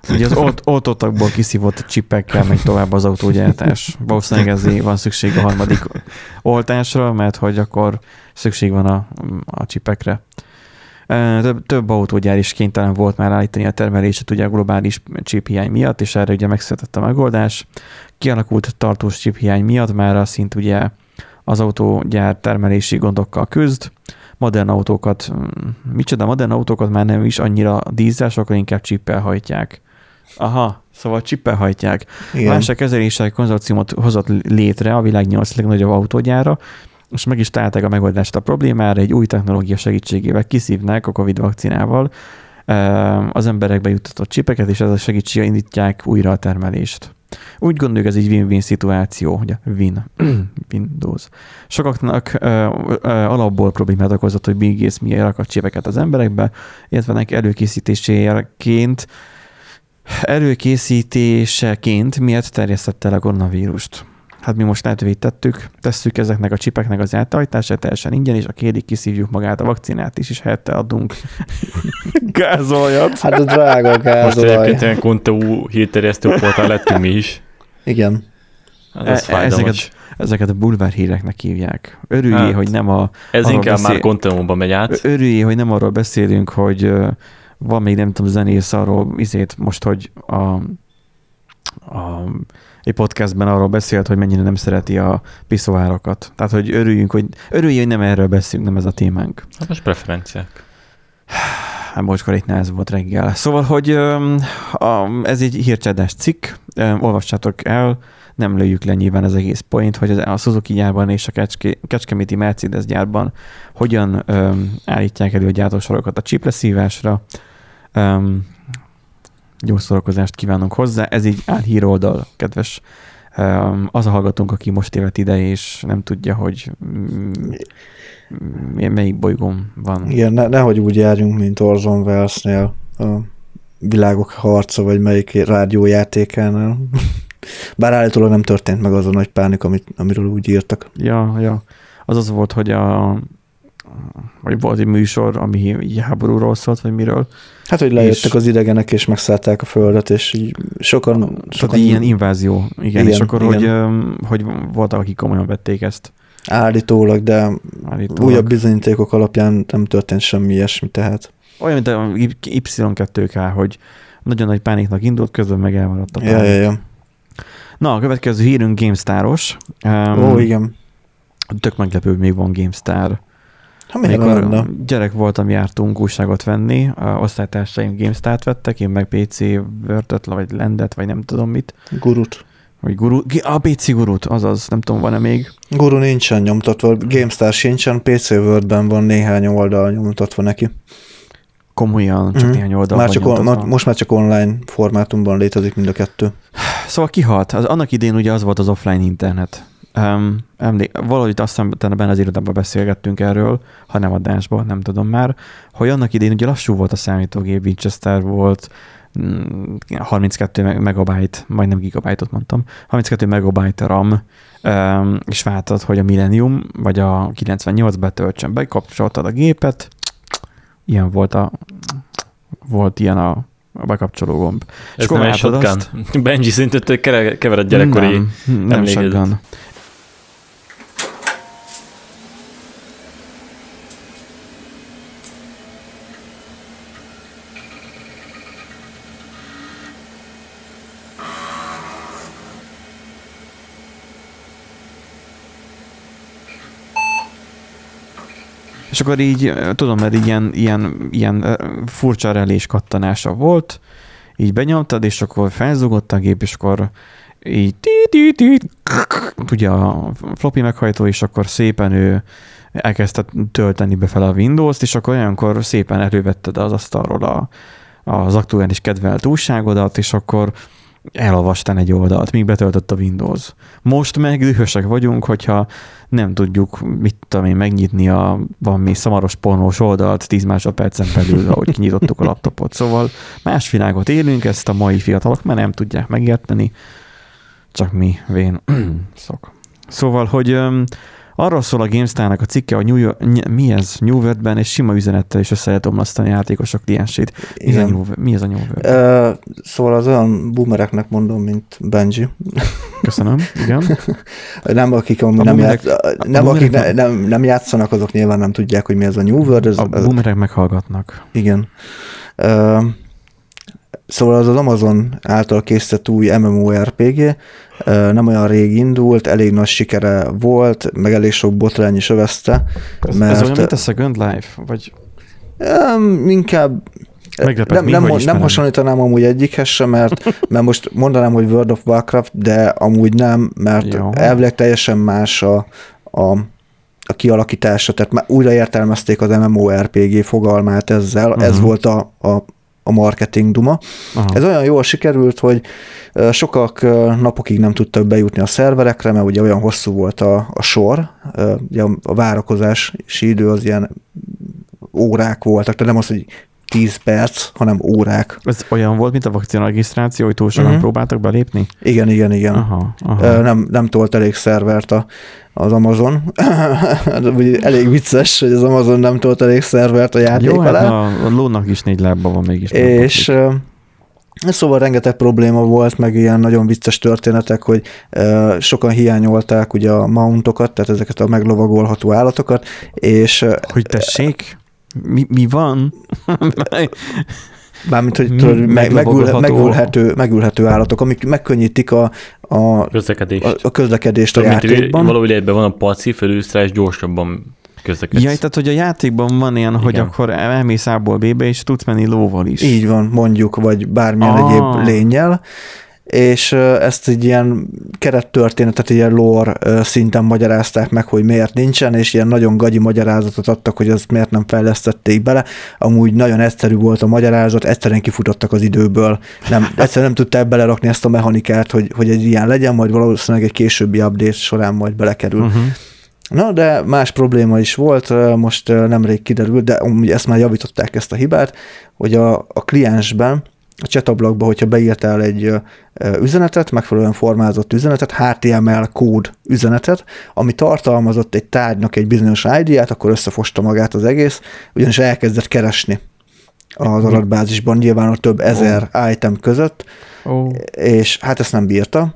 Ugye az olt, oltottakból kiszívott csipekkel megy tovább az autógyártás. Valószínűleg ezért van szükség a harmadik oltásra, mert hogy akkor szükség van a, a csipekre. Több, több autógyár is kénytelen volt már állítani a termelését ugye a globális chiphiány miatt, és erre ugye megszületett a megoldás. Kialakult tartós chiphiány miatt már a szint ugye az autógyár termelési gondokkal küzd. Modern autókat, micsoda modern autókat már nem is annyira dízel, akkor inkább chippel hajtják. Aha, szóval chippel hajtják. Válságkezelési konzorciumot hozott létre a világ nyolc legnagyobb autógyára, és meg is találták a megoldást a problémára, egy új technológia segítségével kiszívnák a Covid vakcinával az emberekbe juttatott csipeket, és ezzel segítségével indítják újra a termelést. Úgy gondoljuk, ez egy win-win szituáció, hogy a win, Windows. Sokaknak ö, ö, alapból problémát okozott, hogy Bill Gates miért rak a csipeket az emberekbe, illetve nek előkészítéséként, előkészítéseként miért terjesztette el a koronavírust. Hát mi most lehetővé tettük, tesszük ezeknek a csipeknek az átállítását teljesen ingyen, és a kérig kiszívjuk magát a vakcinát is, és helyette adunk gázoljat. Hát a drága gázolaj. Most egyébként ilyen Conteu hírterjesztő portál lettünk mi is. Igen. Ez e- ezeket, ezeket a bulvár híreknek hívják. Örüljé, hát, hogy nem a... Ez inkább beszél... már Conteu-ba megy át. Örüljé, hogy nem arról beszélünk, hogy uh, van még nem tudom zenész arról izét most, hogy a, a egy podcastben arról beszélt, hogy mennyire nem szereti a piszoárokat. Tehát, hogy örüljünk, hogy örüljön, hogy nem erről beszélünk, nem ez a témánk. Hát most preferenciák. Hát mocskor itt nehez volt reggel. Szóval, hogy ez egy hírcsadás cikk, olvassátok el, nem lőjük le nyilván az egész point, hogy a Suzuki gyárban és a Kecske, Kecskeméti Mercedes gyárban hogyan állítják elő a gyártósorokat a csipleszívásra. Jó szórakozást kívánunk hozzá. Ez így áll híroldal, kedves. Az a hallgatónk, aki most élet ide, és nem tudja, hogy melyik bolygón van. Igen, ne, nehogy úgy járjunk, mint Orson Welles-nél a Világok harca, vagy melyik rádiójátékánál. Bár állítólag nem történt meg az a nagy pánik, amit, amiről úgy írtak. Ja, ja. Az az volt, hogy a vagy volt egy műsor, ami így háborúról szólt, vagy miről. Hát, hogy lejöttek és az idegenek, és megszállták a földet, és így sokan... sokan ilyen invázió, igen, igen és akkor, igen. Hogy, hogy voltak, akik komolyan vették ezt. Állítólag, de Állítólag. újabb bizonyítékok alapján nem történt semmi ilyesmi, tehát. Olyan, mint a Y kettő K, hogy nagyon nagy pániknak indult, közben meg elmaradt a pánik. Ja, ja, ja. Na, a következő hírünk GameStar-os. Um, Ó, igen. Tök meglepő, még van GameStar. Ha mikor gyerek voltam, jártunk újságot venni, a osztálytársaim GameStar-t vettek, én meg pé cé Word-öt, vagy Landet, vagy nem tudom mit. Gurut. Vagy guru, a pé cé Gurut, azaz, nem tudom, van-e még? Guru nincsen nyomtatva, GameStar sincsen, pé cé Word-ben van néhány oldal nyomtatva neki. Komolyan, csak mm. néhány oldal már csak on, Most már csak online formátumban létezik mind a kettő. Szóval kihalt. Az, annak idén ugye az volt az offline internet. Um, emlék, valahogy azt hiszem, benne az irodában beszélgettünk erről, ha nem adásban, nem tudom már, hogy annak idén ugye lassú volt a számítógép, Winchester volt, harminckettő megabyte, majdnem gigabyte-ot mondtam, harminckettő megabyte RAM, um, és vártad, hogy a Millennium, vagy a kilencvennyolc betöltsön be, kapcsoltad a gépet, ilyen volt a volt ilyen a a bekapcsoló gomb. Ez és nem egy shotgun. Azt... Benji szintén kevered gyerekkori nem, nem shotgun. És akkor így, tudom, mert ilyen, ilyen, ilyen furcsa relés kattanása volt, így benyomtad, és akkor felzúgott a gép, és akkor így ugye a floppy meghajtó, és akkor szépen ő elkezdte tölteni befele a Windows-t, és akkor olyankor szépen elővetted az asztalról a, az aktuális kedvelt újságodat, és akkor elolvastál egy oldalt, míg betöltött a Windows. Most meg dühösek vagyunk, hogyha nem tudjuk, mit tudom én, megnyitni a valami szamaros pornós oldalt tíz másodpercen belül, ahogy kinyitottuk a laptopot. Szóval más világot élünk, ezt a mai fiatalok már nem tudják megérteni, csak mi vén szok. Szóval, hogy Arról szól a GameStar-nak a cikke, hogy New, mi ez New World-ben, és sima üzenettel is össze lehet omlasztani a játékosok kliensét. Mi ez a New, mi ez a New World? Uh, szóval az olyan boomereknek mondom, mint Benji. Köszönöm, igen. Nem, akik, nem, boomerek, játsz, nem, akik ne, nem, nem játszanak, azok nyilván nem tudják, hogy mi ez a New World. Ez, a boomerek meghallgatnak. Igen. Uh, Szóval az az Amazon által készített új MMORPG, nem olyan rég indult, elég nagy sikere volt, meg elég sok botrány is övezte. Ez, mert ez olyan, mint a Second Life? Vagy... Um, inkább nem, nem, nem hasonlítanám amúgy egyikhez sem, mert, mert most mondanám, hogy World of Warcraft, de amúgy nem, mert Jó. elvileg teljesen más a, a, a kialakítása, tehát újra értelmezték az MMORPG fogalmát ezzel, uh-huh. ez volt a, a a marketing duma. Aha. Ez olyan jól sikerült, hogy sokak napokig nem tudtak bejutni a szerverekre, mert ugye olyan hosszú volt a, a sor, ugye a várakozási idő az ilyen órák voltak, tehát nem az, hogy tíz perc, hanem órák. Ez olyan volt, mint a vakcina regisztráció, hogy túl sokan uh-huh. próbáltak belépni? Igen, igen, igen. Aha, aha. Nem, nem tolt elég szervert a, az Amazon. Elég vicces, hogy az Amazon nem tolt elég szervert a játék Jó, alá. Hát a lónak is négy lábban van mégis. És szóval rengeteg probléma volt, meg ilyen nagyon vicces történetek, hogy sokan hiányolták ugye a mountokat, tehát ezeket a meglovagolható állatokat, és... Hogy tessék? Mi, mi van? Bármint, hogy tudod, meg, megül, megülhető, megülhető állatok, amik megkönnyítik a, a, közlekedést. a, a közlekedést Tudom, a játékban. Valahogy ebben van a paci, felülsz rá, és gyorsabban közlekedsz. Ja, tehát, hogy a játékban van ilyen, Igen. hogy akkor elmész A-ból B-be, és tudsz menni lóval is. Így van, mondjuk, vagy bármilyen ah. egyéb lénnyel. És ezt egy ilyen kerettörténetet, ilyen lore szinten magyarázták meg, hogy miért nincsen, és ilyen nagyon gagyi magyarázatot adtak, hogy ezt miért nem fejlesztették bele. Amúgy nagyon egyszerű volt a magyarázat, egyszerűen kifutottak az időből. Nem, egyszerűen nem tudták belerakni ezt a mechanikát, hogy, hogy egy ilyen legyen, majd valószínűleg egy későbbi update során majd belekerül. Uh-huh. Na, de más probléma is volt, most nemrég kiderült, de amúgy ezt már javították, ezt a hibát, hogy a, a kliensben, a chatablakba, hogyha beírtál egy üzenetet, megfelelően formázott üzenetet, há té em el kód üzenetet, ami tartalmazott egy tárgynak egy bizonyos í dé-ját, akkor összefosta magát az egész, ugyanis elkezdett keresni az adatbázisban, nyilván a több ezer oh. item között, oh. és hát ezt nem bírta.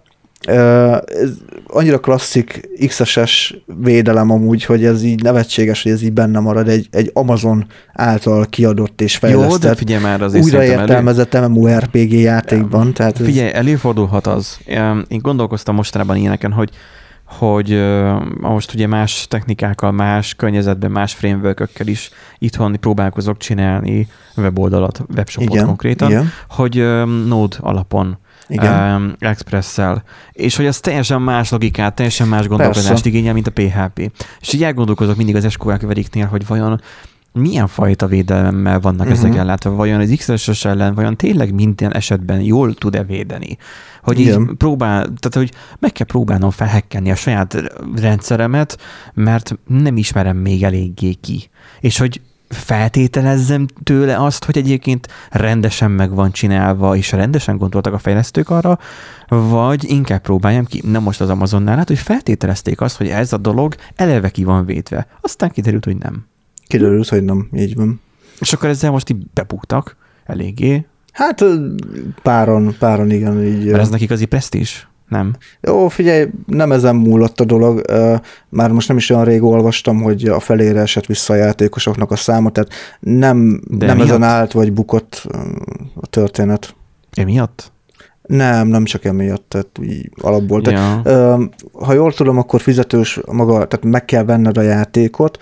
Ez annyira klasszik iksz es es védelem amúgy, hogy ez így nevetséges, hogy ez így benne marad egy, egy Amazon által kiadott és fejlesztett, Jó, de figyelj már, azért újraértelmezett elő... MMORPG játékban. Tehát ez... Figyelj, előfordulhat az. Én gondolkoztam mostanában ilyeneken, hogy hogy most ugye más technikákkal, más környezetben, más frameworkökkel is itthon próbálkozok csinálni weboldalat, webshopot igen, konkrétan, igen. hogy Node alapon Um, Express-szel. És hogy az teljesen más logikát, teljesen más gondolkodást igényel, mint a pé há pé. És így elgondolkozok mindig az es kú el query-knél, hogy vajon milyen fajta védelemmel vannak uh-huh. ezek ellátva, vajon az iksz es es ellen, vajon tényleg minden esetben jól tud-e védeni. Hogy igen. így próbál, tehát hogy meg kell próbálnom felhekkelni a saját rendszeremet, mert nem ismerem még eléggé ki. És hogy feltételezzem tőle azt, hogy egyébként rendesen meg van csinálva, és rendesen gondoltak a fejlesztők arra, vagy inkább próbáljam ki, nem most az Amazonnál, hát, hogy feltételezték azt, hogy ez a dolog eleve ki van védve. Aztán kiderült, hogy nem. Kiderült, hogy nem, így van. És akkor ezzel most így bebuktak eléggé. Hát páron, páron igen. Így, mert ez nekik az presztízs? Nem. Jó, figyelj, nem ezen múlott a dolog. Már most nem is olyan rég olvastam, hogy a felére esett vissza a játékosoknak a száma, tehát nem, nem ezen állt vagy bukott a történet. Emiatt? Nem, nem csak emiatt, tehát így alapból. Ja. Tehát, ha jól tudom, akkor fizetős maga, tehát meg kell venned a játékot,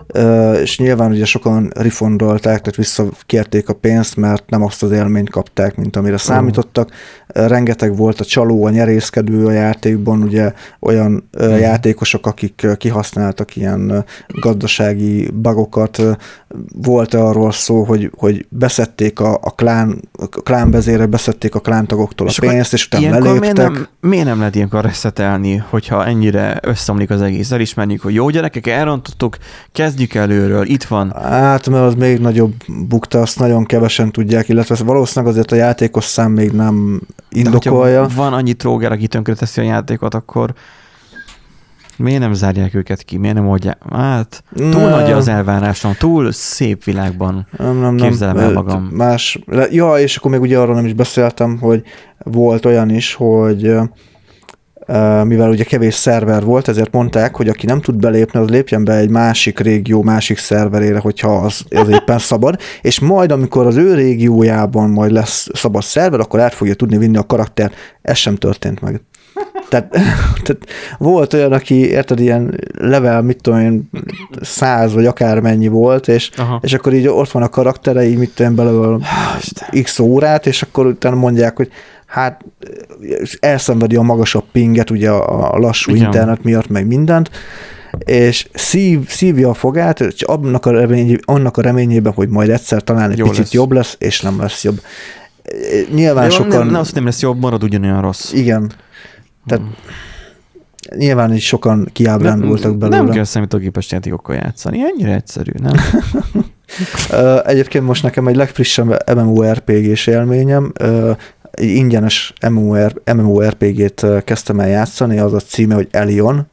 és nyilván ugye sokan refundolták, tehát visszakérték a pénzt, mert nem azt az élményt kapták, mint amire uh. számítottak. Rengeteg volt a csaló, a nyerészkedő a játékban, ugye olyan uh. játékosok, akik kihasználtak ilyen gazdasági bugokat. Volt arról szó, hogy, hogy beszedték a, a klán, a klánvezérek, beszedték a klántagoktól a pénzt, és utána leléptek. Miért nem, miért nem lehet ilyenkor reszetelni, hogyha ennyire összeomlik az egész? Elismerjük, hogy jó gyerekek, elrontottuk, kezdjük előről, itt van. Hát, mert az még nagyobb bukta, azt nagyon kevesen tudják, illetve valószínűleg azért a játékos szám még nem indokolja. De van annyi tróger, aki tönkreteszi a játékot, akkor... Miért nem zárják őket ki? Miért nem oldják? Hát túl Ne. nagy az elvárásom, túl szép világban Nem, nem, képzelem nem. el magam. Más, ja, és akkor még ugye arról nem is beszéltem, hogy volt olyan is, hogy uh, mivel ugye kevés szerver volt, ezért mondták, hogy aki nem tud belépni, az lépjen be egy másik régió, másik szerverére, hogyha az, az éppen szabad, és majd, amikor az ő régiójában majd lesz szabad szerver, akkor át fogja tudni vinni a karakter. Ez sem történt meg. Tehát, tehát volt olyan, aki, érted, ilyen level, mit tudom én, száz vagy akármennyi volt, és, és akkor így ott van a karaktere, így mit tudom, belőle x órát, és akkor utána mondják, hogy hát elszenvedi a magasabb pinget, ugye a lassú igen. internet miatt, meg mindent, és szív, szívja a fogát, és annak a, remény, annak a reményében, hogy majd egyszer talán egy Jó picit lesz. jobb lesz, és nem lesz jobb. Nyilván Jó, sokan... Nem, azt nem lesz jobb, marad ugyanolyan rossz. Igen. Tehát hmm. nyilván is sokan kiábrándultak belőle. Nem kell számítógépes játékokkal játszani, ennyire egyszerű, nem? Egyébként most nekem egy legfrissebb MMORPG-s élményem, egy ingyenes MMORPG-t kezdtem el játszani, az a címe, hogy Elion.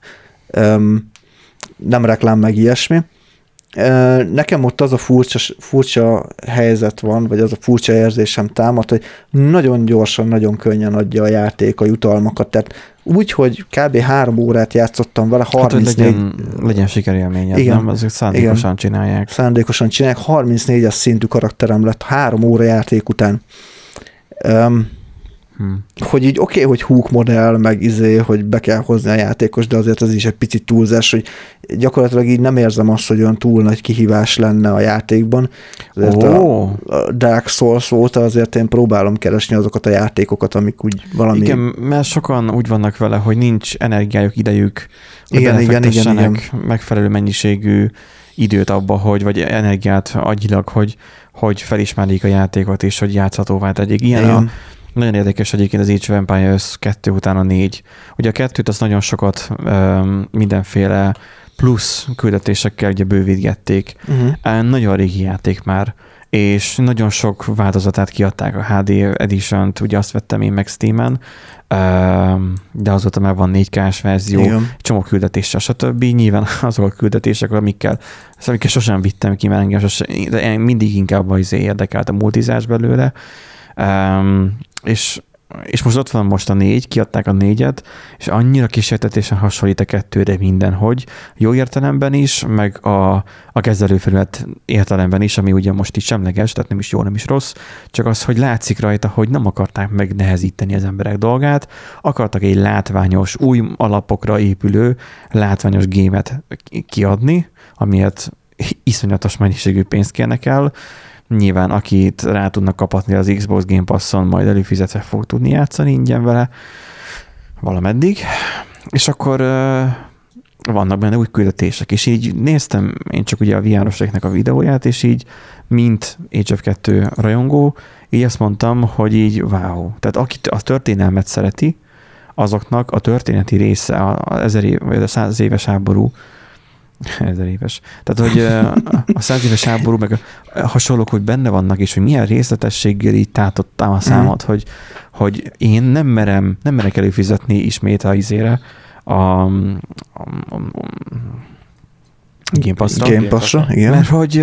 Nem reklám meg ilyesmi. Nekem ott az a furcsa, furcsa helyzet van, vagy az a furcsa érzésem támad, hogy nagyon gyorsan, nagyon könnyen adja a játék a jutalmakat. Tehát úgy, hogy kb. három órát játszottam vele, harmincnégy... Hát, legyen, legyen sikerélményed, igen, nem? Azok szándékosan igen, csinálják. Szándékosan csinálják. harmincnégyes szintű karakterem lett három óra játék után. Um, Hmm. Hogy így oké, okay, hogy húk modell, meg izé, hogy be kell hozni a játékos, de azért ez is egy picit túlzás, hogy gyakorlatilag így nem érzem azt, hogy olyan túl nagy kihívás lenne a játékban. Azért oh. a Dark Souls óta azért én próbálom keresni azokat a játékokat, amik úgy valami... Igen, mert sokan úgy vannak vele, hogy nincs energiájuk, idejük, hogy igen, igen, igen, igen. megfelelő mennyiségű időt abba, hogy, vagy energiát agyilag, hogy, hogy felismerjék a játékot, és hogy játszhatóvá tegyék. Ilyen igen. a Nagyon érdekes egyébként az Age of Empires kettő után a négy. Ugye a kettőt azt nagyon sokat um, mindenféle plusz küldetésekkel ugye bővítgették. Uh-huh. Nagyon régi játék már, és nagyon sok változatát kiadták a há dé Edition-t, ugye azt vettem én meg Steamen, de azóta már van négy ká-s verzió, igen. csomó küldetéssel, stb. Nyilván azok a küldetések, amikkel, amikkel sosem vittem ki, mert engem sosem, de mindig inkább az érdekelt a multizás belőle. Um, és, és most ott van most a négy, kiadták a négyet, és annyira kísértetésen hasonlít a kettőre mindenhogy, jó értelemben is, meg a, a kezelőfelület értelemben is, ami ugye most is semleges, tehát nem is jó, nem is rossz, csak az, hogy látszik rajta, hogy nem akarták megnehezíteni az emberek dolgát, akartak egy látványos, új alapokra épülő, látványos gémet kiadni, amiért iszonyatos mennyiségű pénzt kérnek el. Nyilván, akit rá tudnak kapatni az Xbox Game Passon, majd előfizetve fog tudni játszani ingyen vele valameddig. És akkor uh, vannak benne új küldetések, és így néztem én csak ugye a vé er-oseknek a videóját, és így mint Age of kettő rajongó, így azt mondtam, hogy így wow. Tehát aki a történelmet szereti, azoknak a történeti része, a ezer év, vagy a száz éves háború, ezer éves. Tehát, hogy a száz éves háború, meg a hasonlók, hogy benne vannak, és hogy milyen részletességgel így tátottam a számot, mm. hogy, hogy én nem merem, nem merek előfizetni ismét a izére a, a, a, a Game Pass-ra. Game Pass-ra, igen. Mert hogy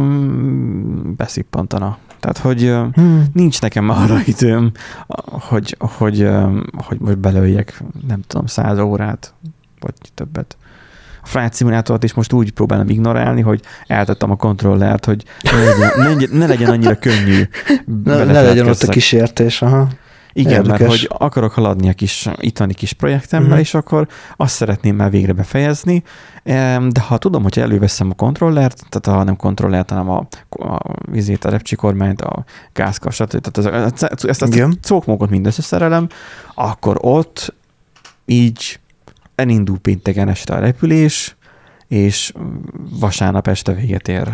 um, beszippantana. Tehát, hogy hmm. nincs nekem arra időm, hogy, hogy, hogy most belőjek, nem tudom, száz órát, vagy többet. A Flight Simulátort is most úgy próbálom ignorálni, hogy eltettem a kontrollert, hogy ne legyen, ne legyen annyira könnyű. Ne, ne legyen ott a kísértés, aha. Igen, Érdekes. mert hogy akarok haladni a kis, itt van egy kis projektemmel, uh-huh. és akkor azt szeretném már végre befejezni, de ha tudom, hogy előveszem a kontrollert, tehát a nem kontrollert, hanem a, a vizét, a repcsi kormányt, a gázkasat, tehát ezt, ezt a cókmókot mind összeszerelem, akkor ott így elindul pénteken este a repülés, és vasárnap este véget ér.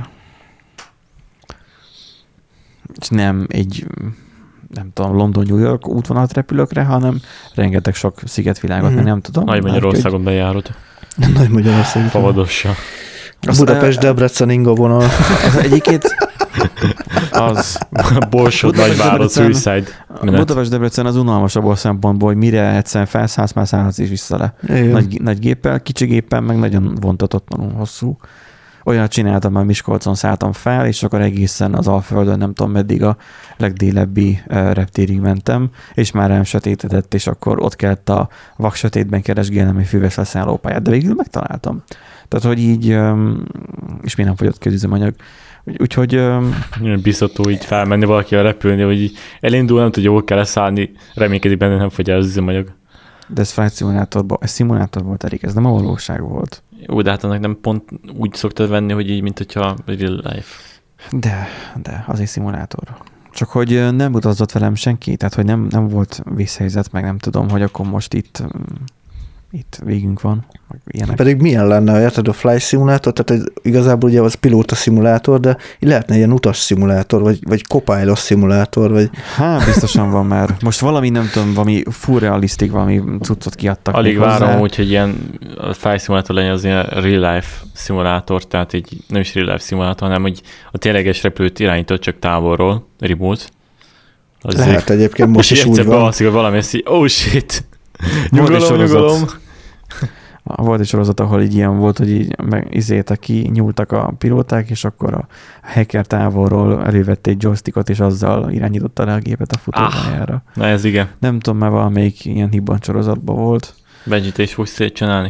És nem egy, nem tudom, London-New York útvonalat repülök rá, hanem rengeteg sok szigetvilágot, mm-hmm. nem tudom. Nagy Magyarországon bejárod. Nagy Magyarországon. Favadossa. Budapest-Debrecen inga vonal. Az egyébként Az. Borsod, Nagyvárad, Suicide. Budapest-Debrecen az unalmasabb a szempontból, hogy mire egyszerűen felszállsz, már szállhatsz is vissza le. Nagy, nagy géppel, kicsi géppel, meg nagyon vontatottanul hosszú. Olyan csináltam, már Miskolcon szálltam fel, és akkor egészen az Alföldön, nem tudom meddig a legdélebbi reptérig mentem, és már nem sötétedett, és akkor ott kellett a vaksötétben keresgélnem egy füves leszállópályát, de végül megtaláltam. Tehát, hogy így, és még nem fogyott ki az üzemanyag. Úgyhogy... Biztató így felmenni valakivel repülni, hogy így elindul, nem tudja, hol kell leszállni, reménykedik benne, nem fogy el az üzemanyag. De ez flight szimulátorban, ez szimulátor volt, Erik, ez nem a valóság volt. Jó, de hát annak nem pont úgy szoktad venni, hogy így, mint hogyha real life. De, de, az egy szimulátor. Csak hogy nem utazott velem senki, tehát hogy nem, nem volt vészhelyzet, meg nem tudom, hogy akkor most itt, itt végünk van. Ilyenek. Pedig milyen lenne, érted, a flight szimulátor, tehát ez igazából ugye az pilóta szimulátor, de lehetne ilyen utas szimulátor, vagy, vagy copilot szimulátor, vagy... Hát biztosan van már. Most valami, nem tudom, valami full realisztik, valami cuccot kiadtak. Alig várom, úgyhogy ilyen flight szimulátor legyen az ilyen real life szimulátor, tehát így nem is real life szimulátor, hanem hogy a tényleges repülőt irányított csak távolról, remote. Az lehet egy... egyébként most is úgy van. És valami ezt így, oh shit, nyugalom, nyugalom. Volt egy sorozat, ahol így ilyen volt, hogy így meg izéltek ki, nyúltak a pilóták, és akkor a hacker távolról elővette egy joystickot, és azzal irányította le a gépet a futópályára. Ah, na ez igen. Nem tudom, mert valamelyik ilyen hibban sorozatban volt. Benji, te is fogsz szétcsinálni?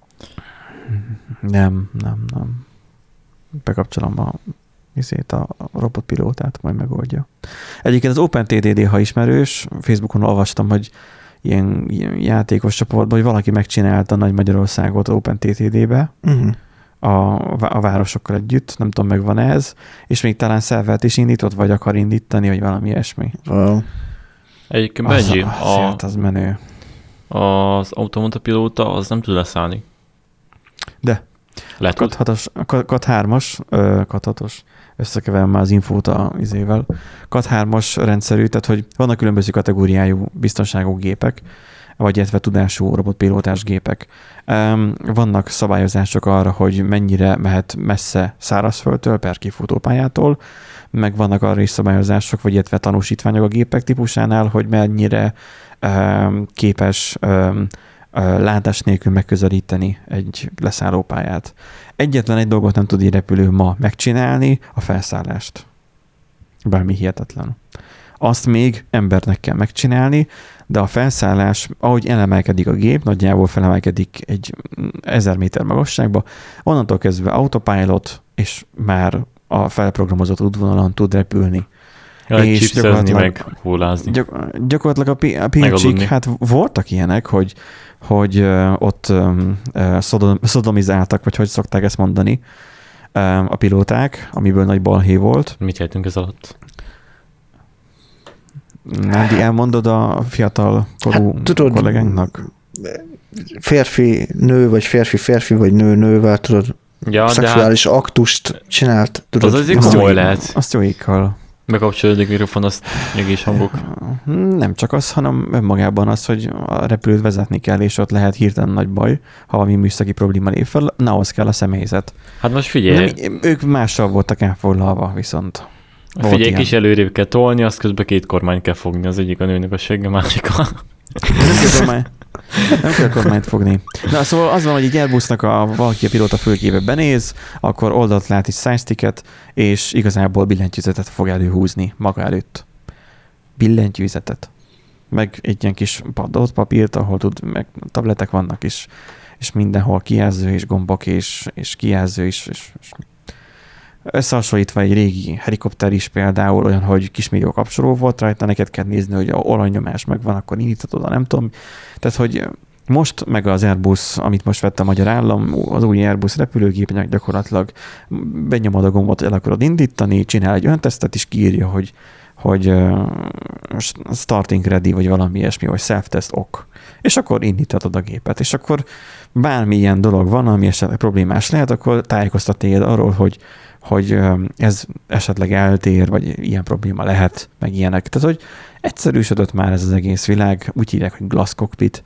Nem, nem, nem. Bekapcsolom a, izét, a robotpilótát, majd megoldja. Egyébként az OpenTTD, ha ismerős, Facebookon olvastam, hogy Ilyen, ilyen játékos csoportban, hogy valaki megcsinálta Nagy Magyarországot OpenTTD-be uh-huh. a, a városokkal együtt, nem tudom, megvan ez, és még talán szervert is indított, vagy akar indítani, vagy valami ilyesmi. Wow. Egyébként Benji, az, az, a, az menő. Az automata pilóta az nem tud leszállni. De. kat hármas, kat hatos, összekeverem már az infót a izével. kat hármas rendszerű, tehát hogy vannak különböző kategóriájú biztonságú gépek, vagy illetve tudású robotpilótás gépek. Vannak szabályozások arra, hogy mennyire mehet messze szárazföldtől, per kifutópályától, meg vannak arra is szabályozások, vagy illetve tanúsítványok a gépek típusánál, hogy mennyire képes látás nélkül megközelíteni egy leszállópályát. Egyetlen egy dolgot nem tud egy repülő ma megcsinálni, a felszállást. Bármi hihetetlen. Azt még embernek kell megcsinálni, de a felszállás, ahogy elemelkedik a gép, nagyjából felemelkedik egy ezer méter magasságba, onnantól kezdve autopilot, és már a felprogramozott útvonalon tud repülni. Ja, és chipszezni, meg hullázni. Gyak, gyakorlatilag a pé en-sik, hát voltak ilyenek, hogy, hogy uh, ott um, uh, szodom, szodomizáltak, vagy hogy szokták ezt mondani, um, a pilóták, amiből nagy balhé volt. Mit értünk ez alatt? Nádi, elmondod a fiatal korú hát, tudod, kollégánknak? Férfi, nő, vagy férfi, férfi, vagy nő, nővel, tudod, ja, szexuális hát, aktust csinált. Tudod, az azért komoly lehet. Azt jóikkal. Bekapcsolódik mikrofon, azt mégis hangok. Nem csak az, hanem önmagában az, hogy a repülőt vezetni kell, és ott lehet hirtelen nagy baj, ha valami műszaki probléma lép fel, na, ahhoz kell a személyzet. Hát most figyelj. Nem, ők mással voltak elfoglalva, viszont. Figyelj, kis előrébb kell tolni, azt közben két kormányt kell fogni, az egyik a nőnek a segge, a másik a... Nem kell, kormány, nem kell kormányt fogni. Na, szóval az van, hogy így Airbusnak a valaki a pilóta fülkébe benéz, akkor oldalt lát egy size-sticket, és igazából billentyűzetet fog előhúzni maga előtt. Billentyűzetet. Meg egy ilyen kis padot, papírt, ahol tud, meg tabletek vannak is, és mindenhol kijelző és gombok, és, és kijelző is, és, és összehasonlítva egy régi helikopter is például olyan, hogy kismillió kapcsoló volt rajta, neked kell nézni, hogy a olajnyomás megvan, akkor indítatod, nem tudom. Tehát, hogy most meg az Airbus, amit most vett a magyar állam, az új Airbus repülőgépnek gyakorlatilag benyomod a gombot, el akarod indítani, csinál egy öntesztet, és kiírja, hogy, hogy starting ready, vagy valami ilyesmi, vagy self-test ok. És akkor indítatod a gépet. És akkor bármilyen dolog van, ami esetleg problémás lehet, akkor tájékoztat téged arról, hogy hogy ez esetleg eltér, vagy ilyen probléma lehet, meg ilyenek. Tehát, hogy egyszerűsödött már ez az egész világ, úgy hívják, hogy glass cockpit.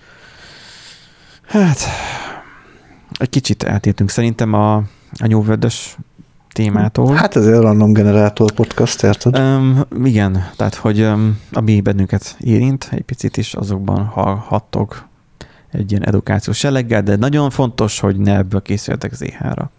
Hát, egy kicsit eltértünk. Szerintem a, a New World-ös témától. Hát ez egy random generátor podcast, érted? Um, igen, tehát hogy um, ami bennünket érint, egy picit is azokban hallhattok egy ilyen edukációs jelleggel, de nagyon fontos, hogy ne ebből készüljetek zé há-ra.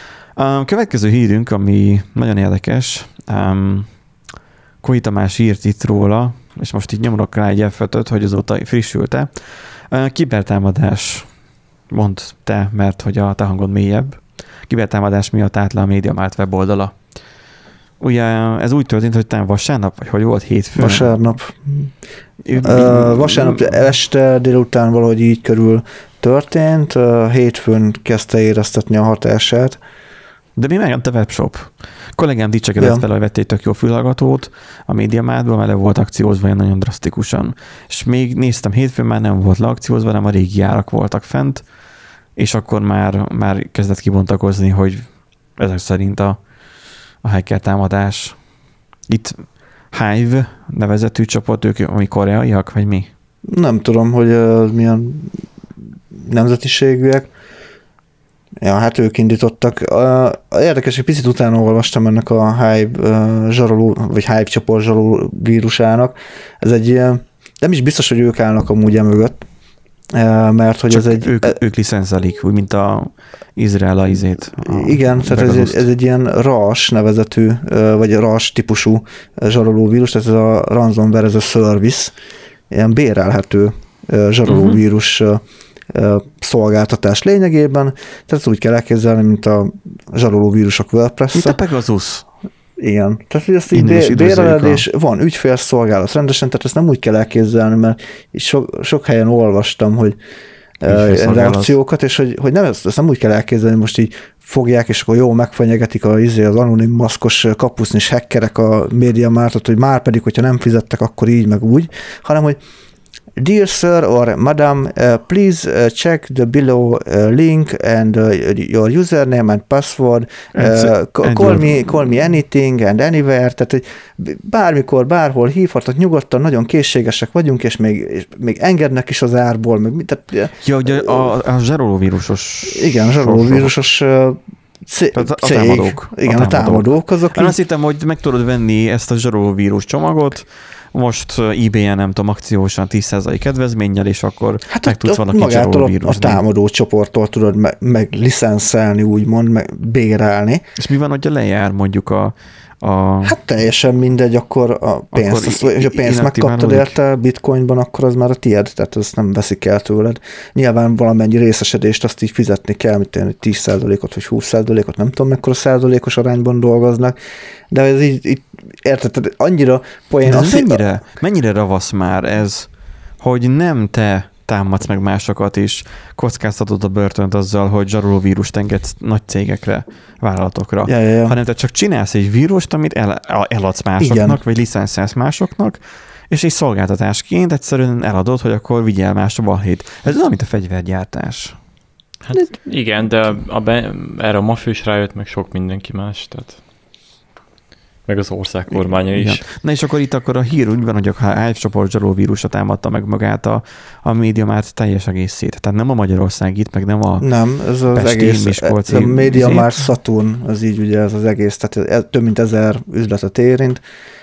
A következő hírünk, ami nagyon érdekes, um, Kói Tamás írt itt róla, és most így nyomorok rá egy elfötöt, hogy azóta frissült-e. Uh, kibertámadás, mondd te, mert hogy a te hangod mélyebb. Kibertámadás miatt állt le a MediaMarkt weboldala. Ugye ez úgy történt, hogy talán vasárnap, vagy hogy volt hétfőn? Vasárnap. Uh, vasárnap este délután valahogy így körül történt, uh, hétfőn kezdte éreztetni a hatását. De mi megjelent a webshop? Kollégám dicsekedett ja. fel, hogy vett egy tök jó fülhallgatót a MediaMarktban, mert le volt akciózva olyan nagyon drasztikusan. És még néztem, hétfőn már nem volt leakciózva, hanem a régi árak voltak fent, és akkor már, már kezdett kibontakozni, hogy ezek szerint a, a hacker támadás. Itt Hive nevezetű csoport, ők ami koreaiak, vagy mi? Nem tudom, hogy uh, milyen nemzetiségűek. Ja, hát ők indítottak. Uh, érdekes, hogy picit utána olvastam ennek a Hive uh, zsaroló, vagy Hive csoport zsaroló vírusának. Ez egy ilyen, nem is biztos, hogy ők állnak amúgy emögött, uh, mert hogy Csak ez egy... Ők, e, ők licenszelik, úgy, mint a Izrael a izét. A igen, tehát ez egy, ez egy ilyen RAS nevezetű, uh, vagy RAS típusú zsaroló vírus, tehát ez a Ransomware as a Service, ilyen bérelhető uh, zsaroló vírus uh, szolgáltatás lényegében, tehát úgy kell elképzelni, mint a zsaroló vírusok WordPress-e. Mint a Pegasus. Igen. Tehát ezt így bé- béreled, és van ügyfélszolgálat rendesen, tehát ezt nem úgy kell elképzelni, mert sok, sok helyen olvastam, hogy reakciókat, és hogy, hogy nem, ezt, ezt nem úgy kell elképzelni, most így fogják, és akkor jó, megfenyegetik a, az anonim maszkos kapusznis hackerek a MediaMarktot, hogy már pedig, hogyha nem fizettek, akkor így, meg úgy, hanem, hogy Dear sir or madam, uh, please uh, check the below uh, link and uh, your username and password. Uh, call me, call me anything and anywhere. Tehát, hogy bármikor, bárhol hívhatok nyugodtan, nagyon készségesek vagyunk, és még, és még engednek is az árból. Meg, tehát, ja, ugye a, a zsarolóvírusos... Igen, a zsarolóvírusos cég. A támadók. Igen, a támadók. Azok Én azt hittem, hogy meg tudod venni ezt a zsarolóvírus csomagot, most eBay-en, nem tudom, akciósan tíz százalék kedvezménnyel, és akkor hát meg tudsz valaki zsarolóvírusni. A támadó csoporttól tudod meg, meg licenszelni, úgymond, meg bérelni. És mi van, hogyha lejár mondjuk a... a... Hát teljesen mindegy, akkor a pénzt, akkor azt, hogy a pénzt megkaptad érte bitcoinban, akkor az már a tied, tehát azt nem veszik el tőled. Nyilván valamennyi részesedést azt így fizetni kell, mint én, tíz százalékot vagy húsz százalékot, nem tudom, mekkora százalékos arányban dolgoznak, de ez így, így érted, annyira poén... Ez mennyire, a... mennyire ravasz már ez, hogy nem te támadsz meg másokat is, kockáztatod a börtönt azzal, hogy zsarolóvírust engedsz nagy cégekre, vállalatokra, ja, ja, ja. hanem te csak csinálsz egy vírust, amit el, eladsz másoknak, igen, vagy licenszelsz másoknak, és egy szolgáltatásként egyszerűen eladod, hogy akkor vigyel más a balhét. Ez olyan, mint a fegyvergyártás. Hát igen, de a be, erre a mafia is rájött, meg sok mindenki más, tehát meg az ország kormánya is. Igen. Na és akkor itt akkor a hír úgy van, hogy a Hive csoport zsarolóvírusa támadta meg magát a, a MediaMarkt teljes egészét. Tehát nem a Magyarország itt, meg nem a Nem, ez az Pesti, egész, Miskolci, a MediaMarkt Saturn, az így ugye ez az egész, tehát ez több mint ezer üzletet érint,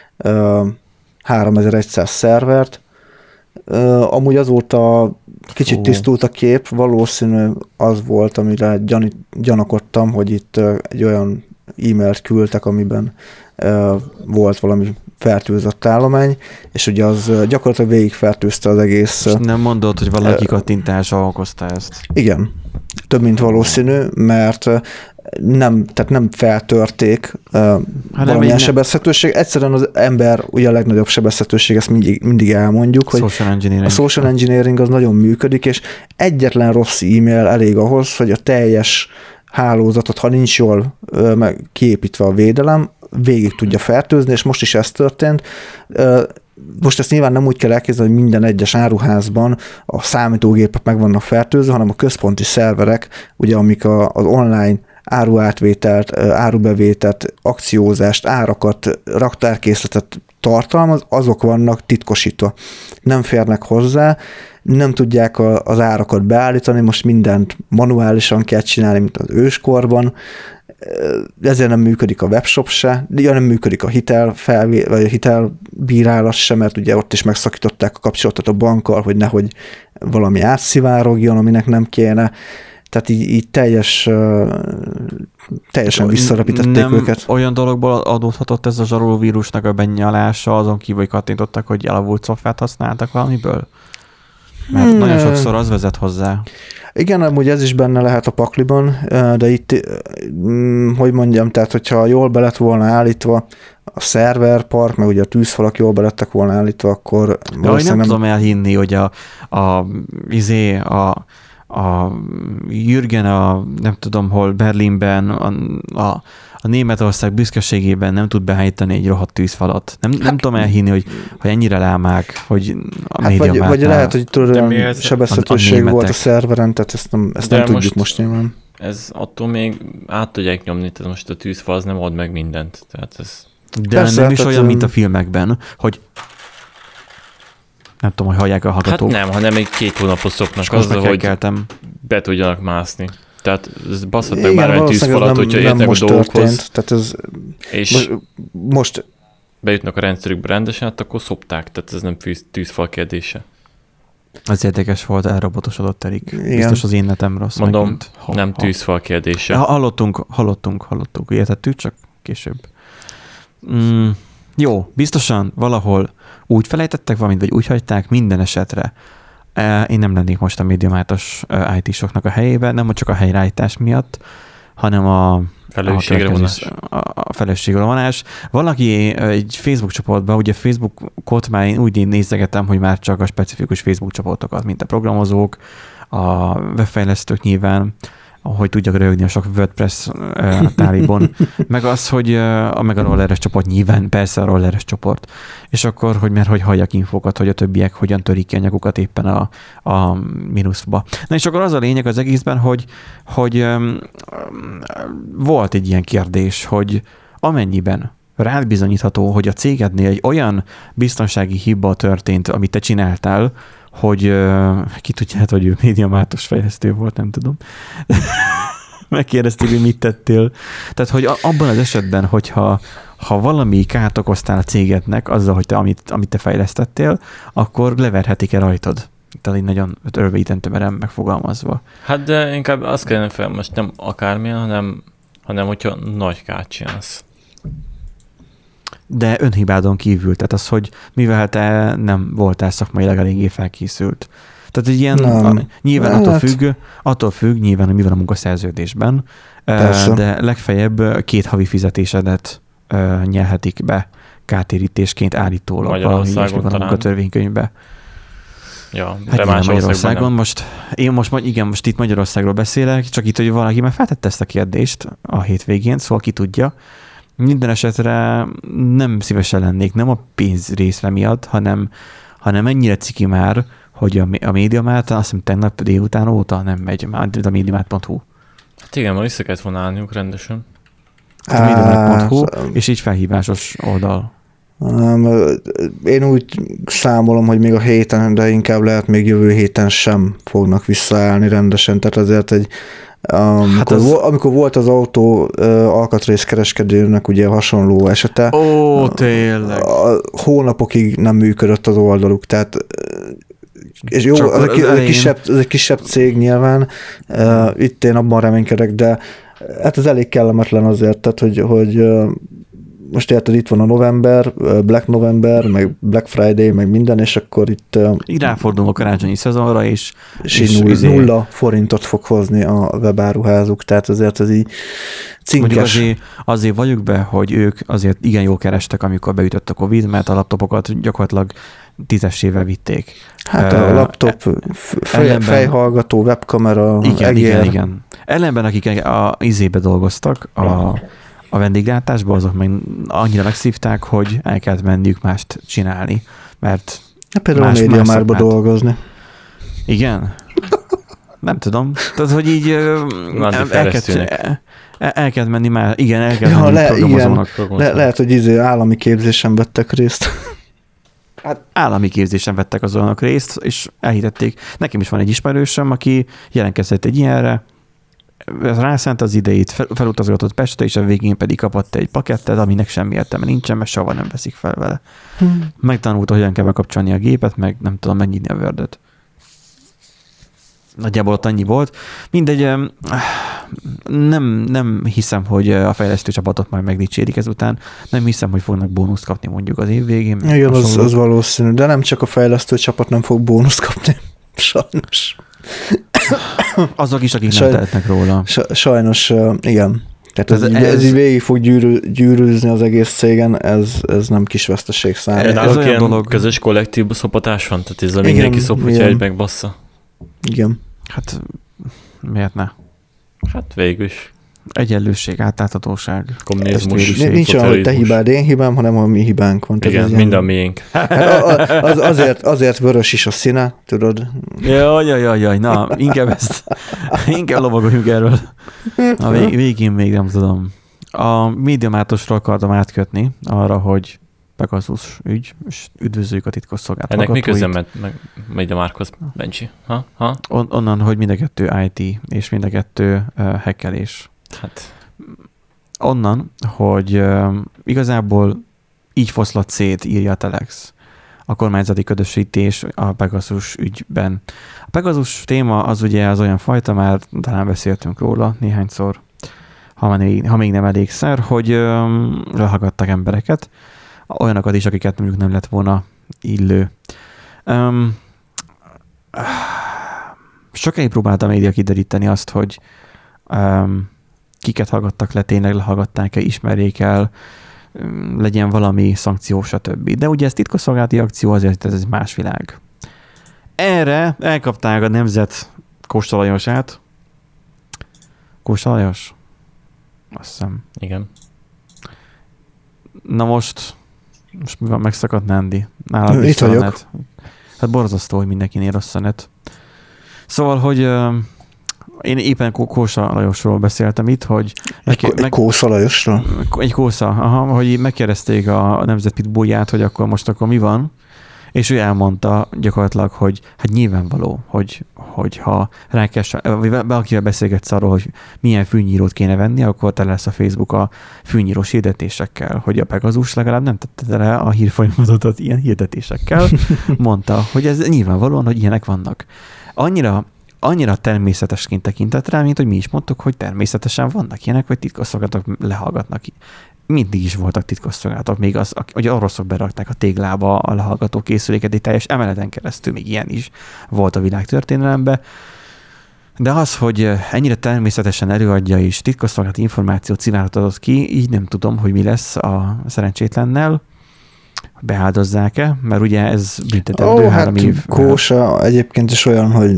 háromezer-száz szervert. Amúgy azóta kicsit tisztult a kép, valószínű az volt, amire gyan, gyanakodtam, hogy itt egy olyan e-mailt küldtek, amiben uh, volt valami fertőzött állomány, és ugye az uh, gyakorlatilag végigfertőzte az egész... És nem mondod, hogy valaki uh, kattintása okozta ezt? Igen, több mint valószínű, mert uh, nem, tehát nem feltörték uh, valamilyen sebezhetőség. Egyszerűen az ember ugye a legnagyobb sebezhetőség, ezt mindig, mindig elmondjuk, hogy social engineering. A social engineering az nagyon működik, és egyetlen rossz e-mail elég ahhoz, hogy a teljes hálózatot, ha nincs jól ö, kiépítve a védelem, végig tudja fertőzni, és most is ez történt. Ö, most ezt nyilván nem úgy kell elképzelni, hogy minden egyes áruházban a számítógépek meg vannak fertőzve, hanem a központi szerverek, ugye amik a, az online áruátvételt, árubevételt, akciózást, árakat, raktárkészletet tartalmaz, azok vannak titkosítva. Nem férnek hozzá, nem tudják az árakat beállítani, most mindent manuálisan kell csinálni, mint az őskorban, ezért nem működik a webshop se, de nem működik a hitel felvé, vagy a hitelbírálás se, mert ugye ott is megszakították a kapcsolatot a bankkal, hogy nehogy valami átszivárogjon, aminek nem kéne. Tehát így, így teljes, teljesen visszarepítették nem őket. Olyan dologból adódhatott ez a zsarolóvírusnak a benyalása, azon kívül, hogy kattintottak, hogy elavult szoftvert használtak valamiből? Mert hmm. nagyon sokszor az vezet hozzá. Igen, amúgy ez is benne lehet a pakliban, de itt, hogy mondjam, tehát hogyha jól be lett volna állítva a szerverpark, meg ugye a tűzfalak jól be lettek volna állítva, akkor... De hogy nem, nem tudom elhinni, hogy a, a, izé, a, a Jürgen a nem tudom hol, Berlinben, a, a, a Németország büszkeségében nem tud beállítani egy rohadt tűzfalat. Nem, nem hát, tudom elhinni, hogy, hogy ennyire lámák, hogy a hát vagy, vagy lehet, hogy tudod, olyan sebezhetőség a, a volt a szerveren, tehát ezt nem, ezt nem tudjuk most, most nyilván. Ez attól még át tudják nyomni, tehát most a tűzfal az nem old meg mindent. Tehát ez... De persze, nem is tehát olyan, mint a filmekben, hogy nem tudom, hogy hallják a hallgatók. Hát nem, hanem egy két hónapot szoknak azzal, hogy be tudjanak mászni. Tehát ez baszhat meg már egy tűzfalat, hogyha értek a dolgokhoz. Tehát ez és most, most bejutnak a rendszerükbe rendesen, hát akkor szopták. Tehát ez nem tűzfal kérdése. Az érdekes volt, elrobotosodott Erik. Igen. Biztos az én netem rossz. Mondom, megint. Ha, nem ha. tűzfal kérdése. Ha, hallottunk, hallottunk, hallottunk. Értettük, csak később. Mm, jó, biztosan valahol úgy felejtettek valamit, vagy úgy hagyták minden esetre. Én nem lennék most a médiamátos í té-soknak a helyében, nem csak a helyreállítás miatt, hanem a felelősségre vonás. A felelősségre vonás. Valaki egy Facebook csoportban, ugye Facebookot már én úgy nézegetem, hogy már csak a specifikus Facebook csoportokat, mint a programozók, a webfejlesztők nyilván, hogy tudjak rögni a sok WordPress uh, tálibon, meg az, hogy uh, meg a rolleres csoport nyilván, persze a rolleres csoport, és akkor, hogy mert hogy halljak infokat, hogy a többiek hogyan törik ki a nyakukat éppen a, a mínuszba. Na és akkor az a lényeg az egészben, hogy, hogy um, volt egy ilyen kérdés, hogy amennyiben rád bizonyítható, hogy a cégednél egy olyan biztonsági hiba történt, amit te csináltál, hogy uh, ki tudja, hát, hogy ő médiamátos fejlesztő volt, nem tudom. Megkérdezték, hogy mit tettél. Tehát, hogy abban az esetben, hogyha ha valami kárt okoztál a cégednek azzal, hogy te, amit, amit te fejlesztettél, akkor leverhetik-e rajtad? Tehát így nagyon örvítentően megfogalmazva. Hát de inkább azt kellene fel, most nem akármilyen, hanem, hanem hogyha nagy kárt csinálsz. De önhibádon kívül, tehát az, hogy mivel te nem voltál szakmailag eléggé felkészült. Tehát egy ilyen, a, nyilván hát. attól függ, attól függ, nyilván, hogy mi van a munkaszerződésben, persze. De legfeljebb két havi fizetésedet uh, nyelhetik be kártérítésként állítólag. Magyarországon van a munkatörvénykönyvbe. Ja, hát de más Magyarországon most, én most, igen, most itt Magyarországról beszélek, csak itt, hogy valaki már feltette ezt a kérdést a hétvégén, szóval ki tudja. Minden esetre nem szívesen lennék, nem a pénz részre miatt, hanem, hanem ennyire ciki már, hogy a, a Médiamart, azt hiszem tegnap délután óta nem megy, már a médiamart pont hu. Hát igen, már vissza kellett volna állniuk rendesen. Hát a médiamart pont hu, és így felhívásos oldal. Én úgy számolom, hogy még a héten, de inkább lehet még jövő héten sem fognak visszaállni rendesen, tehát azért egy Amikor, hát az... amikor volt az autó uh, alkatrészkereskedőnek ugye hasonló esete, Ó, tényleg. A, hónapokig nem működött az oldaluk, tehát és jó, az, az, egy kisebb, az egy kisebb cég nyilván, uh, itt én abban reménykedek, de hát ez elég kellemetlen azért, tehát hogy, hogy uh, most érted, itt van a november, Black November, meg Black Friday, meg minden, és akkor itt... Így ráfordulunk a karácsonyi szezonra, és... És, és nulla, izé... nulla forintot fog hozni a webáruházuk, tehát azért ez így cinkes. Mondjuk azért, azért vagyunk be, hogy ők azért igen jól kerestek, amikor beütött a Covid, mert a laptopokat gyakorlatilag tízessével vitték. Hát a uh, laptop, fej, ellenben, fejhallgató, webkamera, igen, egér. Igen, igen. Ellenben, akik a izébe dolgoztak, a a vendéglátásban, azok meg annyira megszívták, hogy el kellett menniük mást csinálni, mert ja, például más, a Médiamárba dolgozni. Igen? Nem tudom. Tehát, hogy így el, el, kell, el, el kell menni már, igen, el kell ja, menni le, programozónak. Igen, le, lehet, hogy izé állami képzésen vettek részt. Hát állami képzésen vettek azonok részt, és elhitették. Nekem is van egy ismerősöm, aki jelentkezett egy ilyenre, rászánt az idejét, fel, felutazgatott Pestre, és a végén pedig kapott egy pakettet, aminek semmi értelme nincsen, mert soha nem veszik fel vele. Hmm. Megtanulta, hogyan kell bekapcsolni a gépet, meg nem tudom megnyitni a Word-öt. Nagyjából ott annyi volt. Mindegy, nem, nem hiszem, hogy a fejlesztő csapatot majd megdicsérik ezután. Nem hiszem, hogy fognak bónuszt kapni mondjuk az év végén. Igen, az, az valószínű, de nem csak a fejlesztő csapat nem fog bónuszt kapni. Sajnos. Azok is, akik Saj, nem tehetnek róla. Sajnos, igen. Tehát ez, ez, ez így végig fog gyűrű, gyűrűzni az egész cégen, ez, ez nem kis veszteség számára. Ez, ez olyan dolog. Közös kollektív szopatás van, tehát ez a mindenki szopatja egy megbassza. Igen. Hát miért ne? Hát végül is. Egyenlőség, átláthatóság. Kommunizmus. Nincs olyan, hogy te hibád, én hibám, hanem a mi hibánk van. Igen, mind a miénk. Az, azért, azért vörös is a színe, tudod? Jaj, jaj, jaj, jaj, na, inkább ezt, inkább lovagoljunk erről. A vég, végén még nem tudom. A médiamátosról akartam átkötni arra, hogy Pegasus ügy, és üdvözöljük a titkosszolgálat hallgatóit. Ennek mi közöm megy a Márkhoz, Bencsi? Ha? Ha? On, onnan, hogy mind a kettő í té, és mind a kettő uh, hackelés. Hát. Onnan, hogy uh, igazából így foszlott szét, írja a Telex, a kormányzati ködösítés a Pegasus ügyben. A Pegasus téma az ugye az olyan fajta, már talán beszéltünk róla néhányszor, ha még, ha még nem elégszer, hogy um, lehallgattak embereket, olyanokat is, akiket mondjuk nem lett volna illő. Um, sokáig próbáltam média kideríteni azt, hogy um, kiket hallgattak le, tényleg lehallgatták-e, ismerjék el, um, legyen valami szankció, stb. De ugye ez titkosszolgálati akció, azért ez egy más világ. Erre elkapták a nemzet Kósa Lajosát. Kósa Lajos? Azt hiszem. Igen. Na most Most mi van, megszakadt Nándi? Nálad Itt vagyok. Net. Hát borzasztó, hogy mindenkinél rossz a net. Szóval, hogy uh, én éppen Kósa Lajosról beszéltem itt, hogy... Egy, meg, egy Kósa Lajosról? Egy Kósa, aha, hogy megkérdezték a Nemzet Pitbullját, hogy akkor most akkor mi van, és ő elmondta gyakorlatilag, hogy hát nyilvánvaló, hogy, hogy ha rákes, vagy valakivel beszélgetsz arról, hogy milyen fűnyírót kéne venni, akkor te lesz a Facebook a fűnyírós hirdetésekkel, hogy a Pegasus legalább nem tette le a hírfolyamatot az ilyen hirdetésekkel. Mondta, hogy ez nyilvánvalóan, hogy ilyenek vannak. Annyira, annyira természetesként tekintett rá, mint hogy mi is mondtuk, hogy természetesen vannak ilyenek, hogy titkosszolgálatok lehallgatnak ki. Mindig is voltak titkosszolgálatok, még az, hogy oroszok berakták a téglába a lehallgató készüléket, egy teljes emeleten keresztül, még ilyen is volt a világ történelemben. De az, hogy ennyire természetesen előadja és titkosszolgálati információt szivárot adott ki, így nem tudom, hogy mi lesz a szerencsétlennel. Beáldozzák-e? Mert ugye ez büntetendő oh, három hát év. Kósa egyébként is olyan, hogy...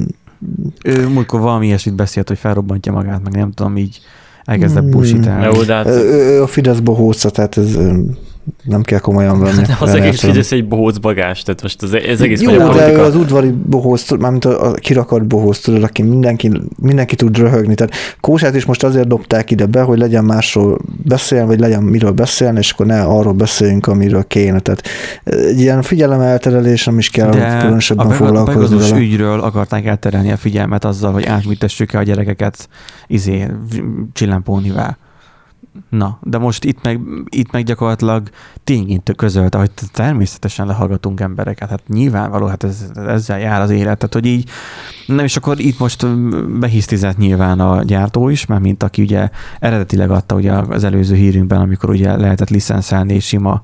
Ő múltkor valami ilyesmit beszélt, hogy felrobbantja magát, meg nem tudom, így elkezdett bullshit-elni. Hmm. Hát... A Fidesz bohóca, tehát ez nem kell komolyan venni. De az egész Fidesz egy bohóc bagás, tehát most az, ez egész jó, magyar politika. Jó, de az udvari bohóc, mármint a kirakart bohóc, tudod, aki mindenki, mindenki tud röhögni. Tehát Kósát is most azért dobták ide be, hogy legyen másról beszélni, vagy legyen miről beszélni, és akkor ne arról beszéljünk, amiről kéne. Tehát egy ilyen figyelemelterelés nem is kell de különösebben foglalkozni vele. De a Pegasus ügyről akarták elterelni a figyelmet azzal, hogy átműtessük-e a gyerekeket izé, csillámpónivá. Na, de most itt meg, itt meg gyakorlatilag tényként közölte, hogy természetesen lehallgatunk embereket. Hát nyilvánvaló, hát ez, ezzel jár az élet. Tehát, hogy így, nem, és akkor itt most behisztizett nyilván a gyártó is, mert mint aki ugye eredetileg adta ugye az előző hírünkben, amikor ugye lehetett licenszelni és sima,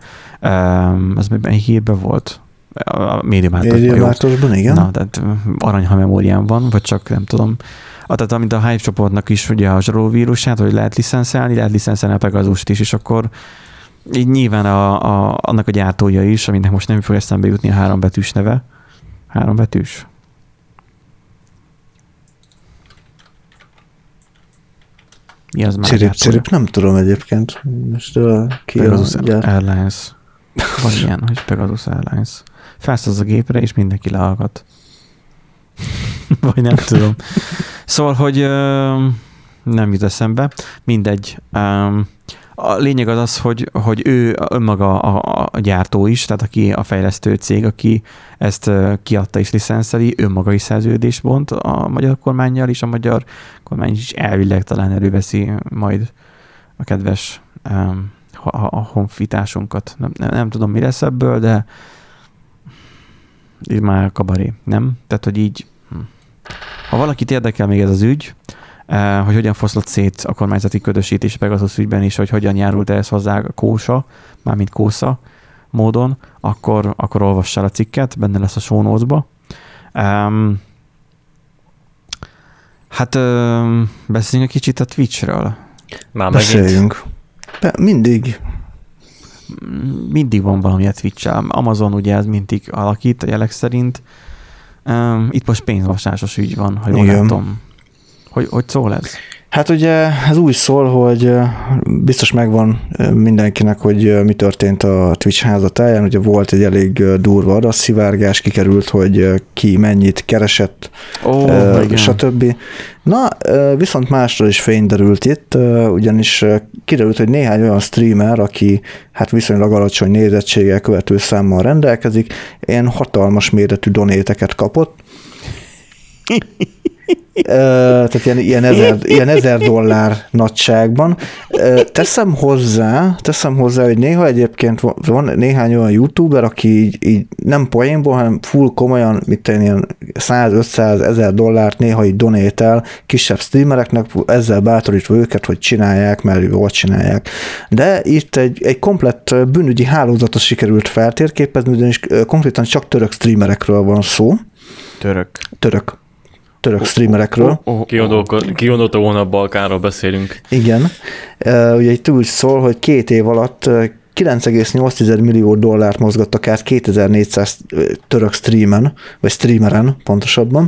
az melyik hírben volt? A médiamártosban, igen. Na, tehát aranyha memóriám van, vagy csak nem tudom. Tehát mint a Hive csoportnak is ugye a zsarolóvírusát, hogy lehet licenszelni, lehet licenszelni a Pegazust is, és akkor így nyilván a, a, annak a gyártója is, aminek most nem fog eszembe jutni a három betűs neve. Három betűs? Mi az már Cirip, cirip, nem tudom egyébként. Most a ki Pegasus Airlines. Van ilyen, hogy Pegasus Airlines. Felsz az a gépre, és mindenki lehallgat. Vagy nem tudom. Szóval, hogy ö, nem jut eszembe, mindegy. Ö, a lényeg az az, hogy, hogy ő önmaga a, a gyártó is, tehát aki a fejlesztő cég, aki ezt kiadta és licenszeli, önmaga is szerződést bont a magyar kormánnyal, és a magyar kormány is elvileg talán előveszi majd a kedves um, a, a honfitársunkat. Nem, nem, nem tudom, mi lesz ebből, de így már kabaré, nem? Tehát, hogy így, ha valakit érdekel még ez az ügy, hogy hogyan foszlott szét a kormányzati ködösítés Pegasus ügyben is, hogy hogyan járult ehhez hozzá a Kósa, mármint Kósza módon, akkor, akkor olvassál a cikket, benne lesz a show notes-ba. Um, hát um, beszéljünk egy kicsit a Twitchről. Már Beszéljünk. Be, mindig. Mindig van valami a Twitch-el. Amazon ugye ez mindig alakít a jelek szerint. Um, itt most pénzvasásos ügy van, ha jól látom. Hogy, hogy szól ez? Hát ugye ez úgy szól, hogy biztos megvan mindenkinek, hogy mi történt a Twitch házatáján. Ugye volt egy elég durva adasszivárgás, kikerült, hogy ki mennyit keresett, oh, uh, stb. Na, viszont másról is fény derült itt, ugyanis kiderült, hogy néhány olyan streamer, aki hát viszonylag alacsony nézettséggel, követőszámmal rendelkezik, ilyen hatalmas méretű donéteket kapott. Uh, tehát ilyen, ilyen, ezer, ilyen ezer dollár nagyságban. Uh, teszem hozzá, teszem hozzá, hogy néha egyébként van néhány olyan youtuber, aki így, így nem poénból, hanem full komolyan, mit tenni, ilyen száz-ötszáz ezer dollárt néha így donétel kisebb streamereknek, ezzel bátorítva őket, hogy csinálják, mert jól csinálják. De itt egy, egy komplett bűnügyi hálózatot sikerült feltérképezni, ugyanis konkrétan csak török streamerekről van szó. Török. Török. török streamerekről. Oh, oh, oh, Ki gondolta volna, a Balkánról beszélünk. Igen. Uh, ugye itt úgy szól, hogy két év alatt kilenc egész nyolc millió dollárt mozgattak át kétezer-négyszáz török streamen, vagy streameren pontosabban.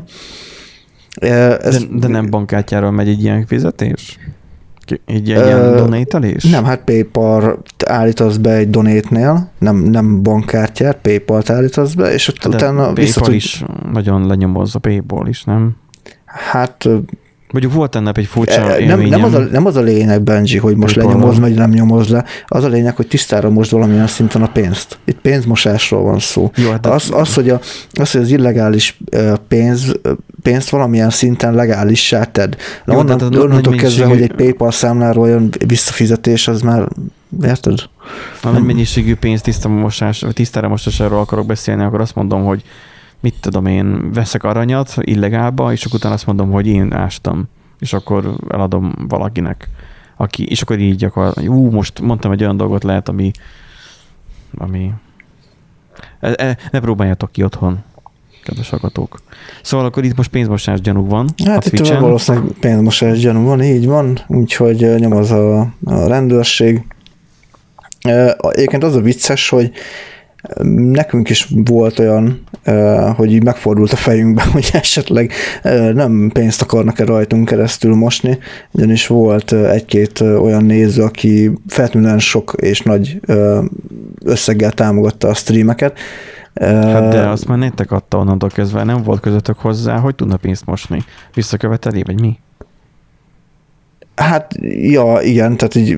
Uh, ez, de, de nem bankkártyáról megy egy ilyen fizetés? Egy ilyen uh, donatelés? Nem, hát PayPal állítasz be egy donate-nél, nem, nem bankkártyát, PayPal-t állítasz be, és ott de utána PayPal vissza tud... is nagyon lenyomozza, PayPal is, nem? Hát... Mondjuk volt ennek egy furcsa nem, nem, az a, nem az a lényeg, Benji, hogy most PayPal lenyomoz, vagy nem nyomoz le. Az a lényeg, hogy tisztára most valamilyen szinten a pénzt. Itt pénzmosásról van szó. Jó, hát az, az, hogy a, az, hogy az illegális pénz, pénzt valamilyen szinten legálissá tedd. Jó, onnan, hát onnantól kezdve, hogy egy PayPal számláról jön visszafizetés, az már, érted? A nagy mennyiségű pénz tisztára mosásáról akarok beszélni, akkor azt mondom, hogy mit tudom én, veszek aranyat illegálba, és akkor utána azt mondom, hogy én ástam, és akkor eladom valakinek, aki, és akkor így gyakorlatilag, ú, most mondtam egy olyan dolgot lehet, ami, ami, e, e, ne próbáljátok ki otthon, kedves hallgatók. Szóval akkor itt most pénzmosás gyanú van. Hát itt valószínűleg pénzmosás gyanú van, így van, úgyhogy nyomoz a, a rendőrség. Egyébként az a vicces, hogy nekünk is volt olyan, hogy így megfordult a fejünkben, hogy esetleg nem pénzt akarnak-e rajtunk keresztül mosni, ugyanis volt egy-két olyan néző, aki feltűnően sok és nagy összeggel támogatta a streameket. Hát de azt már nektek adta onnantól kezdve, nem volt közöttök hozzá, hogy tudna pénzt mosni? Visszaköveteli, vagy mi? Hát, ja, igen, tehát így...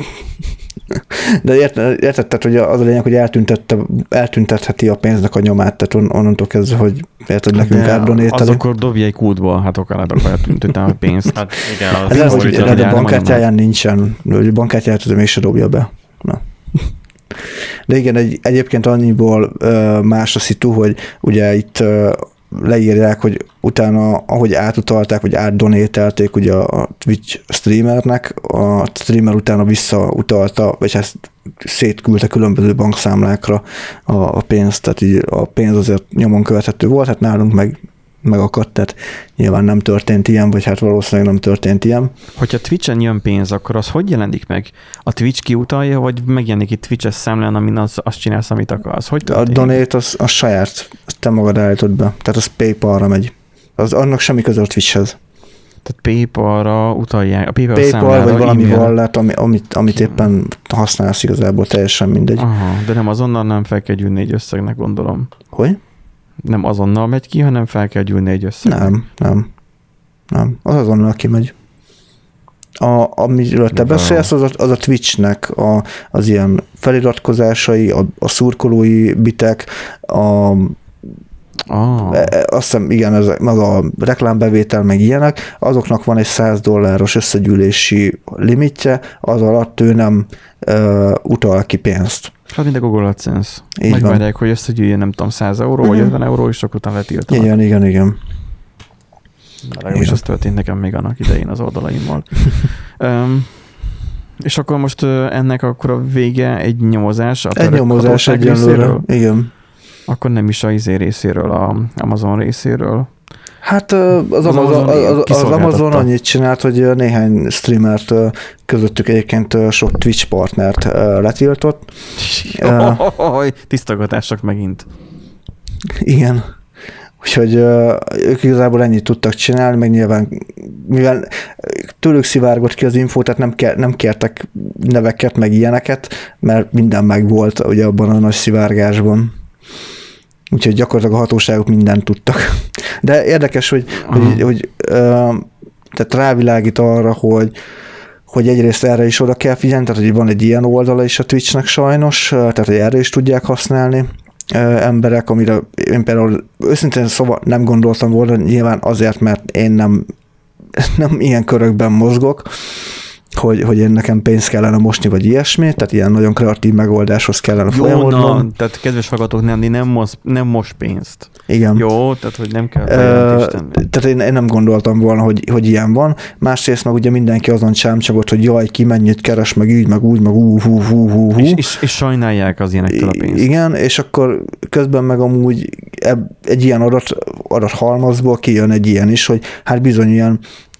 De érted, érted, tehát, hogy az a lényeg, hogy eltüntette, eltüntetheti a pénznek a nyomát, tehát on, onnantól kezdve, hogy érted, nekünk átdonételi. Az akkor dobja egy kútból, hát akkor eltüntetem a pénzt. Hát igen, az hát az, hogy a bankkártyáján nincsen, hogy a bankkártyáját azért mégse dobja be. Na. De igen, egy, egyébként annyiból uh, más a szitu, hogy ugye itt uh, leírják, hogy utána, ahogy átutalták, vagy átdonételték ugye a Twitch streamernek, a streamer utána visszautalta, vagy ezt szétküldte különböző bankszámlákra a, a pénzt, tehát így a pénz azért nyomon követhető volt, hát nálunk meg megakadt, tehát nyilván nem történt ilyen, vagy hát valószínűleg nem történt ilyen. Hogyha Twitchen jön pénz, akkor az hogy jelenik meg? A Twitch kiutalja, vagy megjelenik itt Twitch-es számlán, amin az, azt csinálsz, amit akarsz? Hogy a donate az, az saját, azt te magad állítod be, tehát az PayPal-ra megy. Az annak semmi köze a Twitchhez. Tehát PayPal-ra utalják, a PayPal, PayPal számlára, vagy valami wallet, ami, amit, amit éppen használsz, igazából teljesen mindegy. Aha, de nem azonnal nem fel kell gyűlni egy összegnek, gondolom. Hogy? Nem azonnal megy ki, hanem fel kell gyűlni egy összegnek. Nem, nem. nem. Az azonnal kimegy. A, amiről te beszélsz, az a, az a Twitchnek a, az ilyen feliratkozásai, a, a szurkolói bitek, a Oh. azt hiszem, igen, ez maga a reklámbevétel, meg ilyenek, azoknak van egy száz dolláros összegyűlési limitje, az alatt ő nem uh, utal ki pénzt. Hát mint a Google AdSense. Így megvárják, hogy összegyűjjön, nem tudom, száz euró, uh-huh. vagy ötven euró, és akkor utána letiltanak. Igen, igen, igen. Legalábbis az történt nekem még annak idején az oldalaimmal. um, és akkor most uh, ennek akkor a vége egy nyomozás? A egy nyomozás egyenlőre, igen. Akkor nem is a izé részéről, a Amazon részéről. Hát az, az, Amazon, az, az, az Amazon annyit csinált, hogy néhány streamert, közöttük egyébként sok Twitch partnert letiltott. Oh, tisztogatások megint. Igen. Úgyhogy ők igazából ennyit tudtak csinálni, meg nyilván, mivel tőlük szivárgott ki az infó, tehát nem, kér, nem kértek neveket, meg ilyeneket, mert minden megvolt ugye abban a nagy szivárgásban. Úgyhogy gyakorlatilag a hatóságok mindent tudtak. De érdekes, hogy, hogy, hogy ö, tehát rávilágít arra, hogy, hogy egyrészt erre is oda kell figyelni, tehát hogy van egy ilyen oldala is a Twitchnek sajnos, tehát hogy erre is tudják használni ö, emberek, amire én például őszintén szóval nem gondoltam volna, nyilván azért, mert én nem, nem ilyen körökben mozgok, hogy, hogy én nekem pénzt kellene mosni, vagy ilyesmi, tehát ilyen nagyon kreatív megoldáshoz kellene folyamodnom. Jó, tehát kedves hallgatók, nem, nem, mos, nem mos pénzt. Igen. Jó, tehát hogy nem kell uh, Tehát én, én nem gondoltam volna, hogy, hogy ilyen van. Másrészt meg ugye mindenki azon csámcsogott, hogy jaj, ki mennyit keres, meg így, meg úgy, meg ú, hú, hú, hú, hú. És, és, és sajnálják az ilyenektől a pénzt. Igen, és akkor közben meg amúgy egy ilyen adat, adathalmazból kijön egy ilyen is, hogy hát bizony ilyen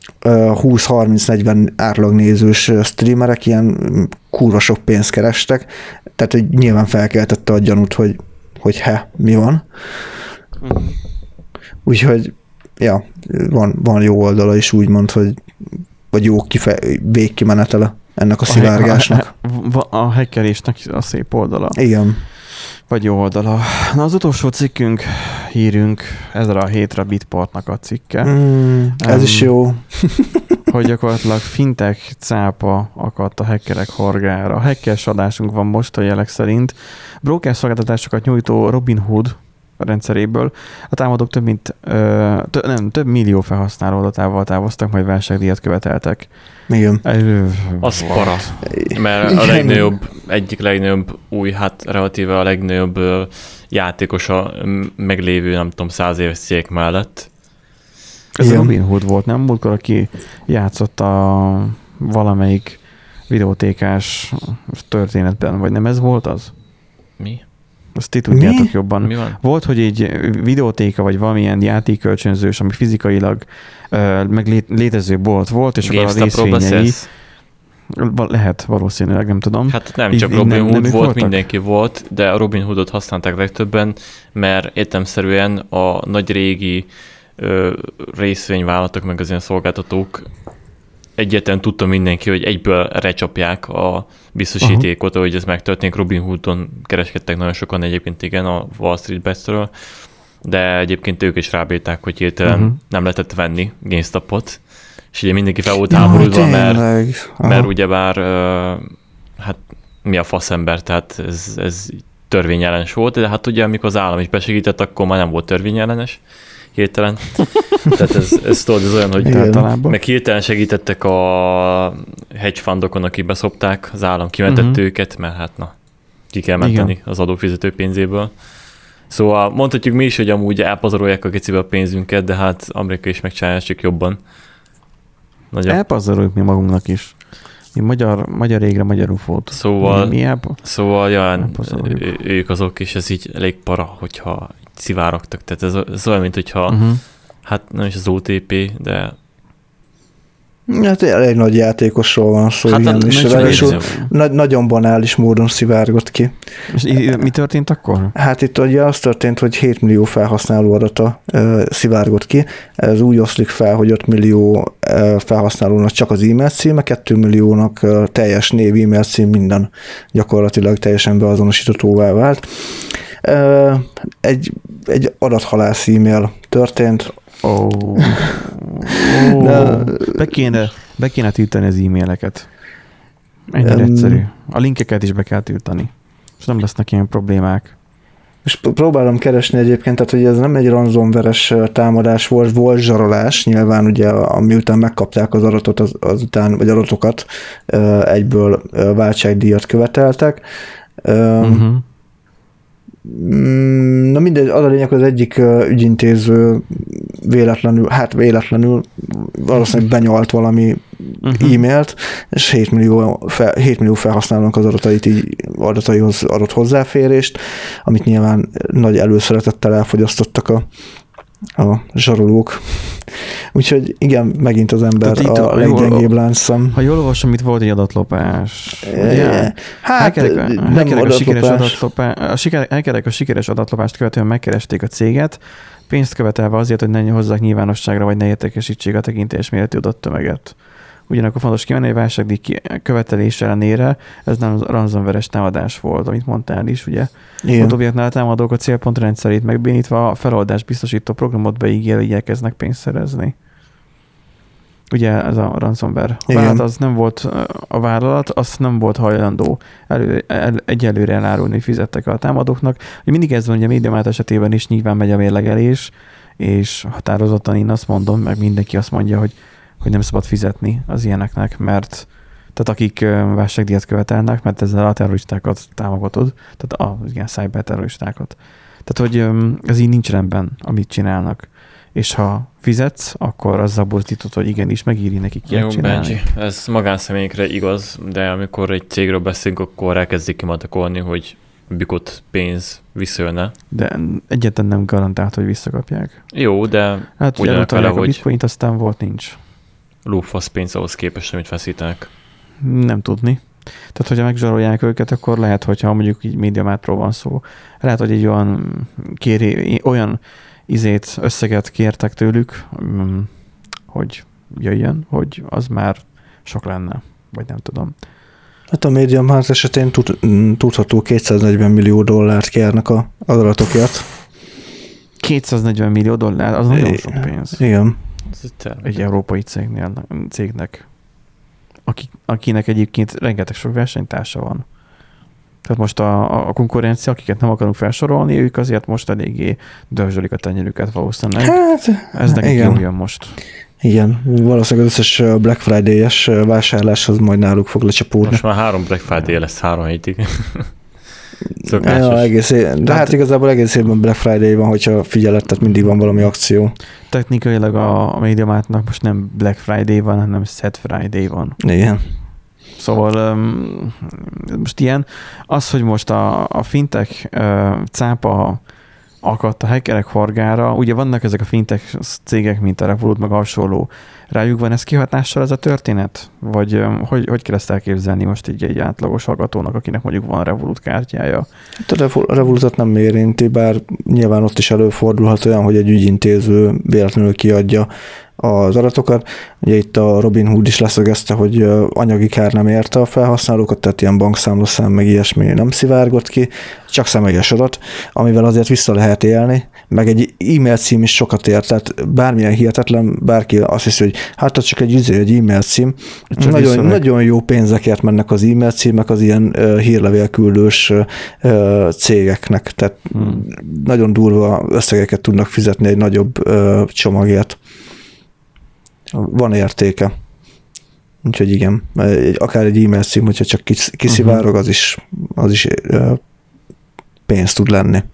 húsz harminc negyven átlagnézős streamerek ilyen kurva sok pénzt kerestek, tehát hogy nyilván felkeltette a gyanút, hogy, hogy he, mi van. Uh-huh. Úgyhogy, ja, van, van jó oldala is úgymond, hogy vagy jó kife, végkimenetele ennek a, a szivárgásnak. A, a, a hackerésnek a szép oldala. Igen. Vagy jó oldala. Na az utolsó cikkünk, hírünk, ezre a hétre a Bitportnak a cikke. Mm, ez um, is jó. hogy gyakorlatilag fintech cápa akadt a hackerek horgára. A hackers adásunk van most a jelek szerint. Broker szolgáltatásokat nyújtó Robinhood rendszeréből a támadók több mint ö, tö, nem, több millió felhasználó adatával távoztak, majd válságdíjat követeltek. Igen. Az para. Mert a legnagyobb, egyik legnagyobb új, hát relatíve a legnagyobb játékos a meglévő, nem tudom, száz éves cég mellett. Ez a Robinhood volt, nem? Múltkor, aki játszott a valamelyik videótékás történetben, vagy nem ez volt az? Mi? Azt ti tudjátok Mi? jobban. Mi van? Volt, hogy egy videótéka, vagy valamilyen játékkölcsönzős, ami fizikailag uh, meg lé- létező bolt volt, és akkor a részvényei... Lehet, valószínűleg, nem tudom. Hát nem csak Robinhood volt, mindenki volt, de a Robinhoodot használták legtöbben, mert értelemszerűen a nagy régi ö, részvényvállalatok, meg az ilyen szolgáltatók egyetlen tudta mindenki, hogy egyből recsapják a biztosítékot, uh-huh. ahogy ez megtörténik. Robinhoodon kereskedtek nagyon sokan egyébként, igen, a Wall Street Betsről, de egyébként ők is rábírták, hogy hirtelen uh-huh. nem lehetett venni GameStopot, és ugye mindenki fel volt háborodva, mert, mert ugyebár hát mi a faszember, tehát ez, ez törvényellenes volt, de hát ugye amikor az állam is besegített, akkor már nem volt törvényellenes hirtelen. Tehát ez, ez tudod, ez olyan, hogy igen. meg hirtelen segítettek a hedge fundokon, akik beszopták, az állam kimentett uh-huh. őket, mert hát na, ki kell menteni igen. az adófizető pénzéből. Szóval mondhatjuk mi is, hogy amúgy elpazarolják a gecibe a pénzünket, de hát Amerika is megcsinálja, csak jobban. Nagyon. Elpazaroljuk mi magunknak is. Mi magyar, magyar égre magyar ufót. Szóval, mi, mi szóval ja, ők azok, és ez így elég para, hogyha szivárogtak. Tehát ez, ez olyan, mint hogyha, uh-huh. hát nem is az o té pé, de... Hát elég nagy játékosról van szó, hát igen, és ráadásul na- nagyon banális módon szivárgott ki. És mi történt akkor? Hát itt ugye az történt, hogy hét millió felhasználó adata uh, szivárgott ki. Ez úgy oszlik fel, hogy öt millió uh, felhasználónak csak az e-mail címe, két milliónak uh, teljes név, e-mail cím, minden gyakorlatilag teljesen beazonosíthatóvá vált. Uh, egy, egy adathalász e-mail történt, Oh. Oh. De... Be, kéne, be kéne tiltani az e-maileket. Ennyire um, egyszerű. A linkeket is be kell tiltani. És nem lesznek ilyen problémák. És próbálom keresni egyébként, tehát hogy ez nem egy ransomware-es támadás volt, volt zsarolás, nyilván ugye miután megkapták az adatot, az, azután, vagy adatokat, egyből váltságdíjat követeltek. Uh-huh. Na mindegy, az a lényeg, hogy az egyik ügyintéző véletlenül, hát véletlenül valószínűleg benyalt valami uh-huh. e-mailt, és hét millió, fel, hét millió felhasználónak az adatait így, adataihoz adott hozzáférést, amit nyilván nagy előszeretettel elfogyasztottak a, a zsarolók. Úgyhogy igen, megint az ember a, a leggyengébb láncszem. Ha jól olvasom, itt volt egy adatlopás. E, hát hackerek, nem hackerek a sikeres adatlopás. A siker, hackerek a sikeres adatlopást követően megkeresték a céget, pénzt követelve azért, hogy ne hozzák nyilvánosságra, vagy ne értékesítsék a tekintélyes méretű adattömeget. Ugyanakkor fontos kimenni, hogy válságdíj követelés ellenére ez nem ransomware-es támadás volt, amit mondtál is, ugye? Utóbbiaknál támadók a célpont rendszerét megbénítva a feloldást biztosító programot beígérve igyekeznek pénzt szerezni. Ugye ez a ransomware. A vállalat az nem volt, a vállalat az nem volt hajlandó elő, el, egyelőre elárulni, hogy fizettek a támadóknak. Ugye mindig ez van, hogy a MediaMart esetében is nyilván megy a mérlegelés, és határozottan én azt mondom, meg mindenki azt mondja, hogy hogy nem szabad fizetni az ilyeneknek, mert tehát akik válságdíjat követelnek, mert ezzel a terroristákat támogatod, tehát a igen, cyberterroristákat. Tehát, hogy ez így nincs rendben, amit csinálnak. És ha fizetsz, akkor azzal buzdítod, hogy igenis megíri nekik ilyet csinálni. Benji, ez magánszemélyekre igaz, de amikor egy cégről beszélünk, akkor elkezdik kimatakolni, hogy bikott pénz visszajönne. De egyáltalán nem garantált, hogy visszakapják. Jó, de hát ugyanak vele, hogy... a bitcoint, aztán volt nincs. Lófasz pénz ahhoz képest, amit feszítenek. Nem tudni. Tehát, hogyha megzsarolják őket, akkor lehet, hogyha mondjuk így MediaMarktról van szó, lehet, hogy egy olyan, kéri, olyan izét, összeget kértek tőlük, hogy jöjjön, hogy az már sok lenne, vagy nem tudom. Hát a MediaMarkt esetén tud, tudható kétszáznegyven millió dollárt kérnek az adatokért. kétszáznegyven millió dollár, az nagyon sok pénz. Igen. Egy európai cégnél, cégnek, aki, akinek egyébként rengeteg sok versenytársa van. Tehát most a, a konkurencia, akiket nem akarunk felsorolni, ők azért most eléggé dörzsölik a tenyerüket valószínűleg. Hát, ez nekik jól jön most. Igen, valószínűleg az összes Black Friday-es vásárlás az majd náluk fog lecsapódni. Most már három Black Friday lesz három hétig. Ja, egész év, de hát, hát igazából egész évben Black Friday van, hogyha figyeled, tehát mindig van valami akció. Technikailag a MediaMarktnak most nem Black Friday van, hanem Sad Friday van. Igen. Szóval um, most ilyen, az, hogy most a, a fintech uh, cápa akadt a hackerek horgára, ugye vannak ezek a fintech cégek, mint a Revolut, meg hasonló. Rájuk van ez kihatással ez a történet? Vagy um, hogy, hogy kell ezt elképzelni most így egy átlagos hallgatónak, akinek mondjuk van Revolut kártyája? Hát a Revolutot nem érinti, bár nyilván ott is előfordulhat olyan, hogy egy ügyintéző véletlenül kiadja az adatokat. Ugye itt a Robinhood is leszögezte, hogy anyagi kár nem érte a felhasználókat, tehát ilyen bankszámlaszám meg ilyesmi nem szivárgott ki, csak személyes adat, amivel azért vissza lehet élni, meg egy e-mail cím is sokat ér, tehát bármilyen hihetetlen, bárki azt hiszi, hogy hát az csak egy, egy e-mail cím. Nagyon, nagyon jó pénzekért mennek az e-mail címek az ilyen uh, hírlevélküldős uh, cégeknek, tehát hmm. nagyon durva összegeket tudnak fizetni egy nagyobb uh, csomagért. Van értéke. Úgyhogy igen, akár egy e-mail cím, hogyha csak kiszivárog, az is, az is pénzt tud lenni.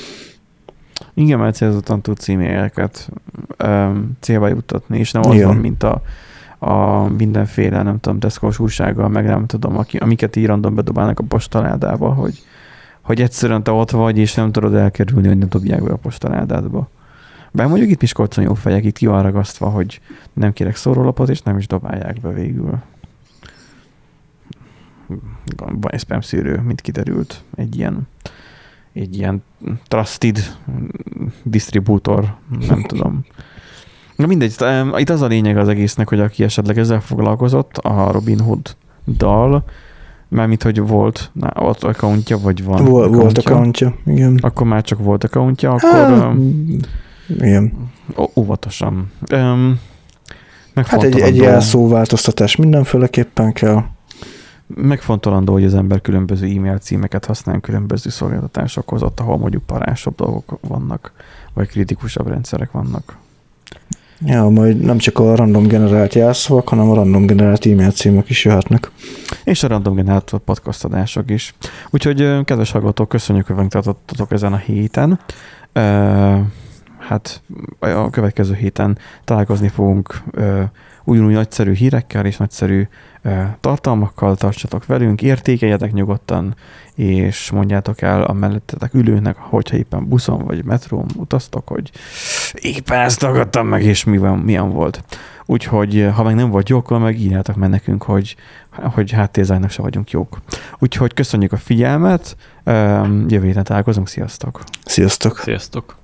Igen, mert célzottan tudsz e-maileket célba juttatni, és nem az van, mint a, a mindenféle, nem tudom, Tesco-s újsággal, meg nem tudom, aki, amiket így random bedobálnak a postaládába, hogy, hogy egyszerűen te ott vagy, és nem tudod elkerülni, hogy ne dobják be a postaládádba. Bár mondjuk itt Miskolcon jó fejek, itt ki van ragasztva, hogy nem kérek szórólapot, és nem is dobálják be végül. Van egy spam szűrő, mint kiderült. Egy ilyen, egy ilyen trusted distribútor, nem tudom. Na mindegy, itt az a lényeg az egésznek, hogy aki esetleg ezzel foglalkozott, a Robinhood-dal, mármint, hogy volt na, ott accountja, vagy van Vol, Volt accountja, igen. Akkor már csak volt accountja, akkor... Um, Igen. Ó, óvatosan. Um, Hát egy, egy jelszóváltoztatás mindenféleképpen kell. Megfontolandó, hogy az ember különböző e-mail címeket használ különböző szolgáltatásokhoz, ott, ahol mondjuk parásabb dolgok vannak, vagy kritikusabb rendszerek vannak. Ja, majd nem csak a random generált jelszavak, hanem a random generált e-mail címek is jöhetnek. És a random generált podcast adások is. Úgyhogy, kedves hallgatók, köszönjük, hogy velünk tartottatok ezen a héten. Hát a következő héten találkozni fogunk új-új nagyszerű hírekkel és nagyszerű tartalmakkal. Tartsatok velünk, értékeljetek nyugodtan, és mondjátok el a mellettetek ülőnek, hogyha éppen buszon vagy metrón utaztok, hogy éppen ezt tagadtam meg, és mi van, milyen volt. Úgyhogy, ha meg nem vagy jó, akkor meg írjátok meg nekünk, hogy, hogy háttérzájnak se vagyunk jók. Úgyhogy köszönjük a figyelmet, jövő héten találkozunk, sziasztok! Sziasztok! Sziasztok!